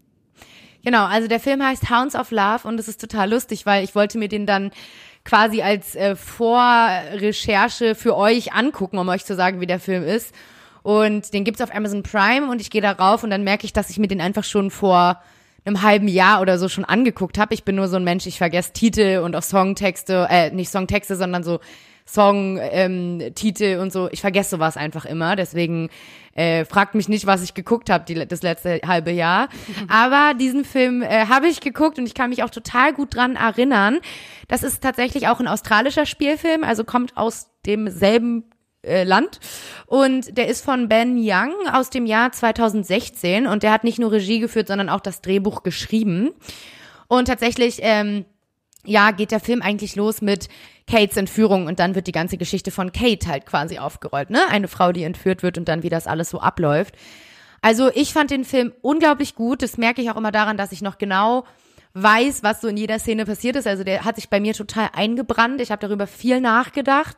Genau, also der Film heißt Hounds of Love und es ist total lustig, weil ich wollte mir den dann quasi als äh, Vorrecherche für euch angucken, um euch zu sagen, wie der Film ist. Und den gibt's auf Amazon Prime und ich gehe da rauf und dann merke ich, dass ich mir den einfach schon vor einem halben Jahr oder so schon angeguckt habe. Ich bin nur so ein Mensch, ich vergesse Titel und auch Songtexte, äh, nicht Songtexte, sondern so Songtitel ähm, und so. Ich vergesse sowas einfach immer, deswegen äh, fragt mich nicht, was ich geguckt habe das letzte halbe Jahr. Aber diesen Film äh, habe ich geguckt und ich kann mich auch total gut dran erinnern. Das ist tatsächlich auch ein australischer Spielfilm, also kommt aus demselben äh, Land und der ist von Ben Young aus dem Jahr zweitausendsechzehn und der hat nicht nur Regie geführt, sondern auch das Drehbuch geschrieben. Und tatsächlich ähm, ja, geht der Film eigentlich los mit Kates Entführung und dann wird die ganze Geschichte von Kate halt quasi aufgerollt, ne? Eine Frau, die entführt wird und dann wie das alles so abläuft. Also ich fand den Film unglaublich gut. Das merke ich auch immer daran, dass ich noch genau weiß, was so in jeder Szene passiert ist. Also der hat sich bei mir total eingebrannt. Ich habe darüber viel nachgedacht.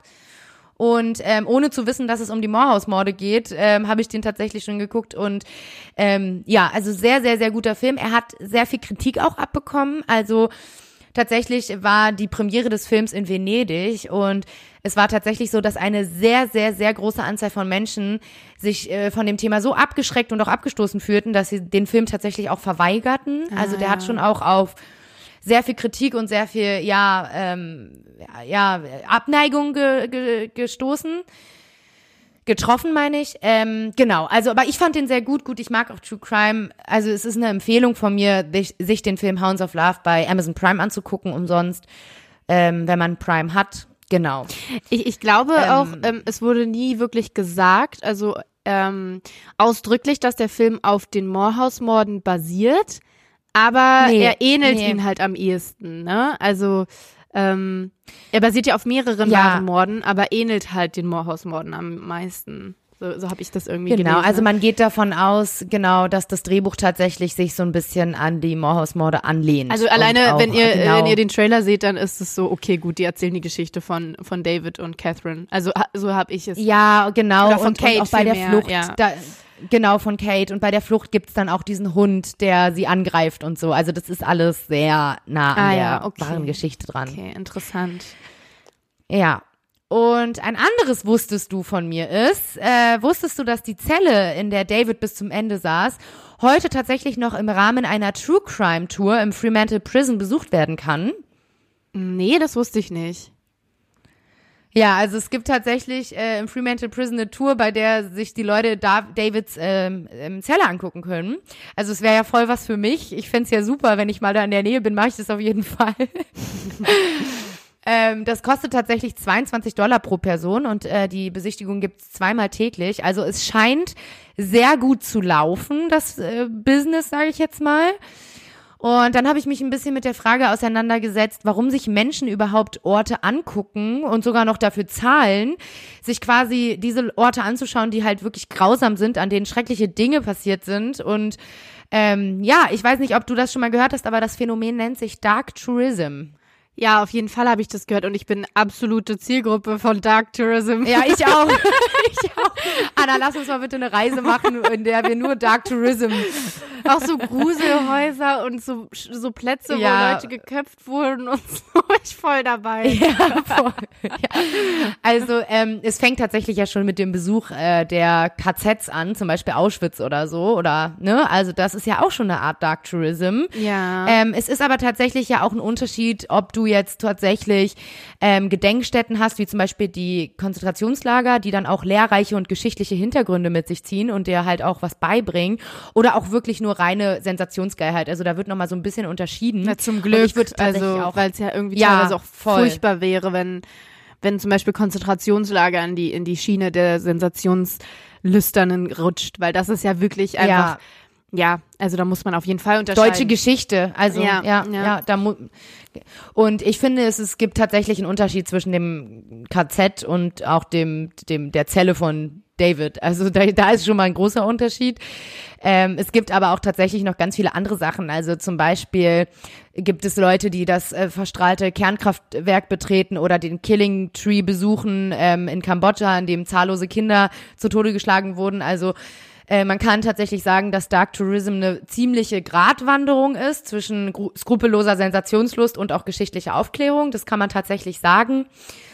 Und ähm, ohne zu wissen, dass es um die Moorhouse-Morde geht, ähm, habe ich den tatsächlich schon geguckt. Und ähm, ja, also sehr, sehr, sehr guter Film. Er hat sehr viel Kritik auch abbekommen. Also tatsächlich war die Premiere des Films in Venedig und es war tatsächlich so, dass eine sehr, sehr, sehr große Anzahl von Menschen sich äh, von dem Thema so abgeschreckt und auch abgestoßen fühlten, dass sie den Film tatsächlich auch verweigerten. Ah, also der ja. hat schon auch auf sehr viel Kritik und sehr viel, ja, ähm, ja, ja Abneigung ge, ge, gestoßen. Getroffen, meine ich. Ähm, genau, also, aber ich fand den sehr gut. Gut, ich mag auch True Crime. Also es ist eine Empfehlung von mir, sich den Film Hounds of Love bei Amazon Prime anzugucken, umsonst, ähm, wenn man Prime hat. Genau. Ich, ich glaube ähm, auch, ähm, es wurde nie wirklich gesagt, also ähm, ausdrücklich, dass der Film auf den Moorhouse-Morden basiert, aber nee, er ähnelt nee. ihn halt am ehesten, ne? Also Ähm, er basiert ja auf mehreren ja. wahren Morden, aber ähnelt halt den Moorhouse-Morden am meisten. So, so habe ich das irgendwie genau, gelesen. Genau, also man geht davon aus, genau, dass das Drehbuch tatsächlich sich so ein bisschen an die Moorhouse-Morde anlehnt. Also alleine, auch, wenn ihr genau. wenn ihr den Trailer seht, dann ist es so, okay, gut, die erzählen die Geschichte von von David und Catherine. Also so habe ich es. Ja, genau. Oder von und, Kate und auch bei der mehr, Flucht, ja. da, genau, von Kate. Und bei der Flucht gibt's dann auch diesen Hund, der sie angreift und so. Also das ist alles sehr nah an ah, der ja, okay. wahren Geschichte dran. Okay, interessant. Ja. Und ein anderes wusstest du von mir ist, äh, wusstest du, dass die Zelle, in der David bis zum Ende saß, heute tatsächlich noch im Rahmen einer True Crime Tour im Fremantle Prison besucht werden kann? Nee, das wusste ich nicht. Ja, also es gibt tatsächlich äh, im Fremantle Prison eine Tour, bei der sich die Leute da Davids ähm, Zelle angucken können. Also es wäre ja voll was für mich. Ich fänd's ja super, wenn ich mal da in der Nähe bin, mache ich das auf jeden Fall. ähm, das kostet tatsächlich zweiundzwanzig Dollar pro Person und äh, die Besichtigung gibt's zweimal täglich. Also es scheint sehr gut zu laufen, das äh, Business, sage ich jetzt mal. Und dann habe ich mich ein bisschen mit der Frage auseinandergesetzt, warum sich Menschen überhaupt Orte angucken und sogar noch dafür zahlen, sich quasi diese Orte anzuschauen, die halt wirklich grausam sind, an denen schreckliche Dinge passiert sind. Und ähm, ja, ich weiß nicht, ob du das schon mal gehört hast, aber das Phänomen nennt sich Dark Tourism. Ja, auf jeden Fall habe ich das gehört und ich bin absolute Zielgruppe von Dark Tourism. Ja, ich auch. ich auch. Anna, lass uns mal bitte eine Reise machen, in der wir nur Dark Tourism. Auch so Gruselhäuser und so, so Plätze, ja. wo Leute geköpft wurden und so. Ich voll dabei. Ja, voll. Ja. Also ähm, es fängt tatsächlich ja schon mit dem Besuch äh, der K Zs an, zum Beispiel Auschwitz oder so, oder ne? Also das ist ja auch schon eine Art Dark Tourism. Ja. Ähm, es ist aber tatsächlich ja auch ein Unterschied, ob du jetzt tatsächlich ähm, Gedenkstätten hast, wie zum Beispiel die Konzentrationslager, die dann auch lehrreiche und geschichtliche Hintergründe mit sich ziehen und dir halt auch was beibringen, oder auch wirklich nur reine Sensationsgeilheit. Also da wird nochmal so ein bisschen unterschieden. Na, zum Glück, ich würd also auch, weil es ja irgendwie ja, teilweise auch voll. furchtbar wäre, wenn wenn zum Beispiel Konzentrationslager in die in die Schiene der Sensationslüsternen rutscht, weil das ist ja wirklich einfach, ja, ja also da muss man auf jeden Fall unterscheiden. Deutsche Geschichte, also ja, ja, ja. ja da mu- und ich finde, es, es gibt tatsächlich einen Unterschied zwischen dem K Z und auch dem dem der Zelle von David. Also da, da ist schon mal ein großer Unterschied. Ähm, es gibt aber auch tatsächlich noch ganz viele andere Sachen. Also zum Beispiel gibt es Leute, die das äh, verstrahlte Kernkraftwerk betreten oder den Killing Tree besuchen ähm, in Kambodscha, in dem zahllose Kinder zu Tode geschlagen wurden. Also äh, man kann tatsächlich sagen, dass Dark Tourism eine ziemliche Gratwanderung ist zwischen gru- skrupelloser Sensationslust und auch geschichtlicher Aufklärung. Das kann man tatsächlich sagen.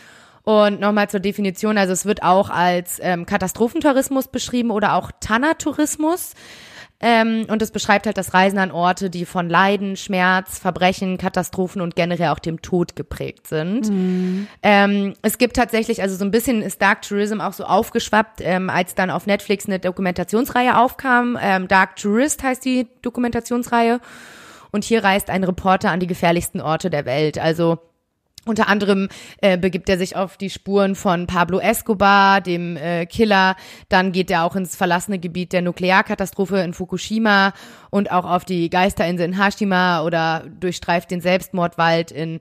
Und nochmal zur Definition, also es wird auch als ähm, Katastrophentourismus beschrieben oder auch Thanatourismus. Ähm, und es beschreibt halt das Reisen an Orte, die von Leiden, Schmerz, Verbrechen, Katastrophen und generell auch dem Tod geprägt sind. Mhm. Ähm, es gibt tatsächlich, also so ein bisschen ist Dark Tourism auch so aufgeschwappt, ähm, als dann auf Netflix eine Dokumentationsreihe aufkam. Ähm, Dark Tourist heißt die Dokumentationsreihe. Und hier reist ein Reporter an die gefährlichsten Orte der Welt. Also unter anderem äh, begibt er sich auf die Spuren von Pablo Escobar, dem äh, Killer. Dann geht er auch ins verlassene Gebiet der Nuklearkatastrophe in Fukushima und auch auf die Geisterinsel in Hashima oder durchstreift den Selbstmordwald in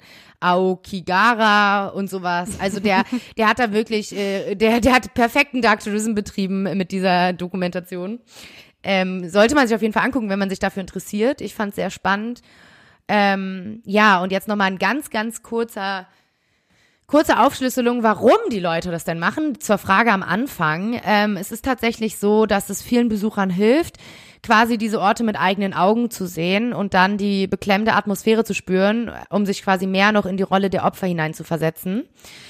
Aokigara und sowas. Also der, der hat da wirklich, äh, der, der hat perfekten Dark Tourism betrieben mit dieser Dokumentation. Ähm, sollte man sich auf jeden Fall angucken, wenn man sich dafür interessiert. Ich fand es sehr spannend. Ähm, ja, und jetzt nochmal ein ganz, ganz kurzer, kurze Aufschlüsselung, warum die Leute das denn machen. Zur Frage am Anfang. Ähm, es ist tatsächlich so, dass es vielen Besuchern hilft, quasi diese Orte mit eigenen Augen zu sehen und dann die beklemmende Atmosphäre zu spüren, um sich quasi mehr noch in die Rolle der Opfer hineinzuversetzen.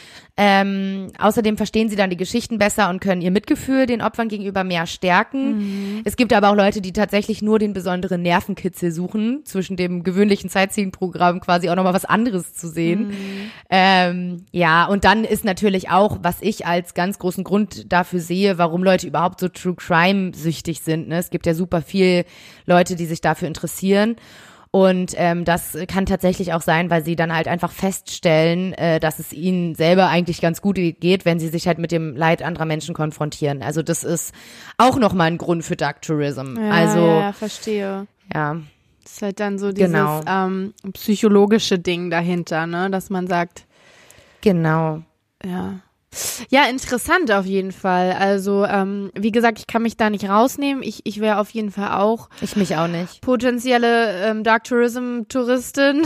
Ähm, außerdem verstehen sie dann die Geschichten besser und können ihr Mitgefühl den Opfern gegenüber mehr stärken. Mhm. Es gibt aber auch Leute, die tatsächlich nur den besonderen Nervenkitzel suchen, zwischen dem gewöhnlichen Sightseeing-Programm quasi auch nochmal was anderes zu sehen. Mhm. Ähm, ja, und dann ist natürlich auch, was ich als ganz großen Grund dafür sehe, warum Leute überhaupt so True Crime süchtig sind. Ne? Es gibt ja super viel Leute, die sich dafür interessieren. Und ähm, das kann tatsächlich auch sein, weil sie dann halt einfach feststellen, äh, dass es ihnen selber eigentlich ganz gut geht, wenn sie sich halt mit dem Leid anderer Menschen konfrontieren. Also das ist auch nochmal ein Grund für Dark Tourism. Ja, also, ja, verstehe. Ja. Das ist halt dann so dieses genau. ähm, psychologische Ding dahinter, ne, dass man sagt. Genau. Ja. Ja, interessant auf jeden Fall. Also, ähm, wie gesagt, ich kann mich da nicht rausnehmen. Ich, ich wäre auf jeden Fall auch. Ich mich auch nicht. Potenzielle ähm, Dark Tourism Touristin.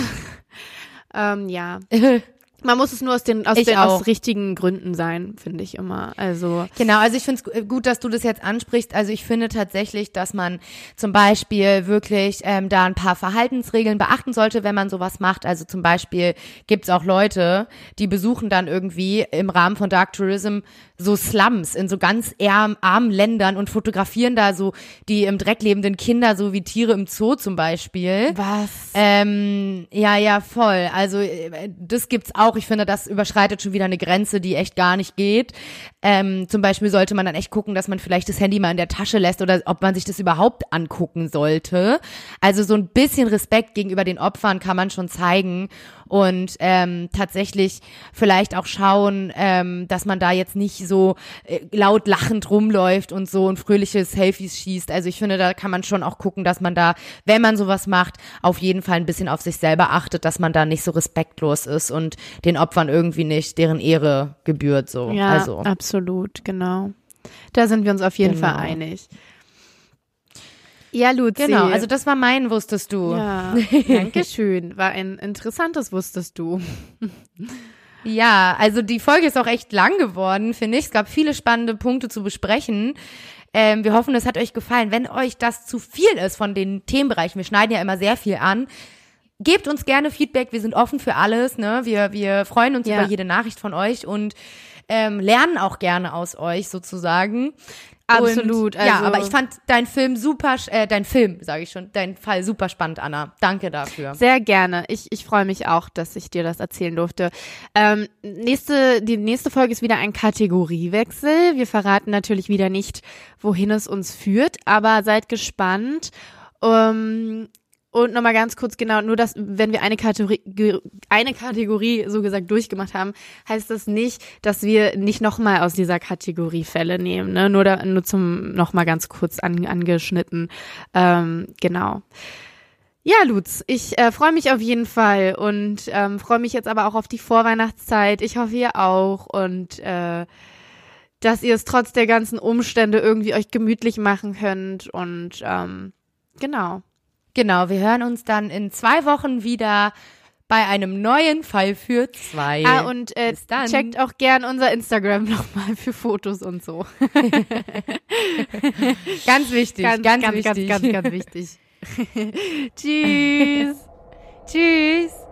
ähm, ja. Man muss es nur aus den, aus ich den auch. aus richtigen Gründen sein, finde ich immer. Also genau, also ich finde es gut, dass du das jetzt ansprichst. Also ich finde tatsächlich, dass man zum Beispiel wirklich ähm, da ein paar Verhaltensregeln beachten sollte, wenn man sowas macht. Also zum Beispiel gibt's auch Leute, die besuchen dann irgendwie im Rahmen von Dark Tourism so Slums in so ganz arm, armen Ländern und fotografieren da so die im Dreck lebenden Kinder, so wie Tiere im Zoo zum Beispiel. Was? Ähm, ja, ja, voll. Also das gibt's auch. Ich finde, das überschreitet schon wieder eine Grenze, die echt gar nicht geht. Ähm, zum Beispiel sollte man dann echt gucken, dass man vielleicht das Handy mal in der Tasche lässt oder ob man sich das überhaupt angucken sollte. Also so ein bisschen Respekt gegenüber den Opfern kann man schon zeigen. und ähm, tatsächlich vielleicht auch schauen, ähm, dass man da jetzt nicht so äh, laut lachend rumläuft und so und fröhliche Selfies schießt. Also ich finde, da kann man schon auch gucken, dass man da, wenn man sowas macht, auf jeden Fall ein bisschen auf sich selber achtet, dass man da nicht so respektlos ist und den Opfern irgendwie nicht deren Ehre gebührt. So. Ja, also. absolut, genau. Da sind wir uns auf jeden Genau. Fall einig. Ja, Luzi. Genau, also das war mein Wusstest du. Ja, danke schön. War ein interessantes Wusstest du. Ja, also die Folge ist auch echt lang geworden, finde ich. Es gab viele spannende Punkte zu besprechen. Ähm, wir hoffen, es hat euch gefallen. Wenn euch das zu viel ist von den Themenbereichen, wir schneiden ja immer sehr viel an, gebt uns gerne Feedback. Wir sind offen für alles. Ne? Wir, wir freuen uns Ja. über jede Nachricht von euch und ähm, lernen auch gerne aus euch sozusagen. Absolut. Und, ja, also, aber ich fand dein Film super, äh, dein Film, sage ich schon, dein Fall super spannend, Anna. Danke dafür. Sehr gerne. Ich, ich freue mich auch, dass ich dir das erzählen durfte. Ähm, nächste, die nächste Folge ist wieder ein Kategoriewechsel. Wir verraten natürlich wieder nicht, wohin es uns führt, aber seid gespannt. Um, Und nochmal ganz kurz, genau, nur dass, wenn wir eine Kategorie, eine Kategorie so gesagt durchgemacht haben, heißt das nicht, dass wir nicht nochmal aus dieser Kategorie Fälle nehmen, ne? Nur da, nur zum nochmal ganz kurz an, angeschnitten. Ähm, genau. Ja, Lutz, ich äh, freue mich auf jeden Fall und ähm, freue mich jetzt aber auch auf die Vorweihnachtszeit. Ich hoffe, ihr auch und äh, dass ihr es trotz der ganzen Umstände irgendwie euch gemütlich machen könnt und ähm, genau. Genau, wir hören uns dann in zwei Wochen wieder bei einem neuen Fall für zwei. Ah, und äh, Bis dann. checkt auch gern unser Instagram nochmal für Fotos und so. Ganz wichtig, ganz, ganz, ganz, wichtig. ganz, ganz, ganz wichtig. Tschüss. Tschüss.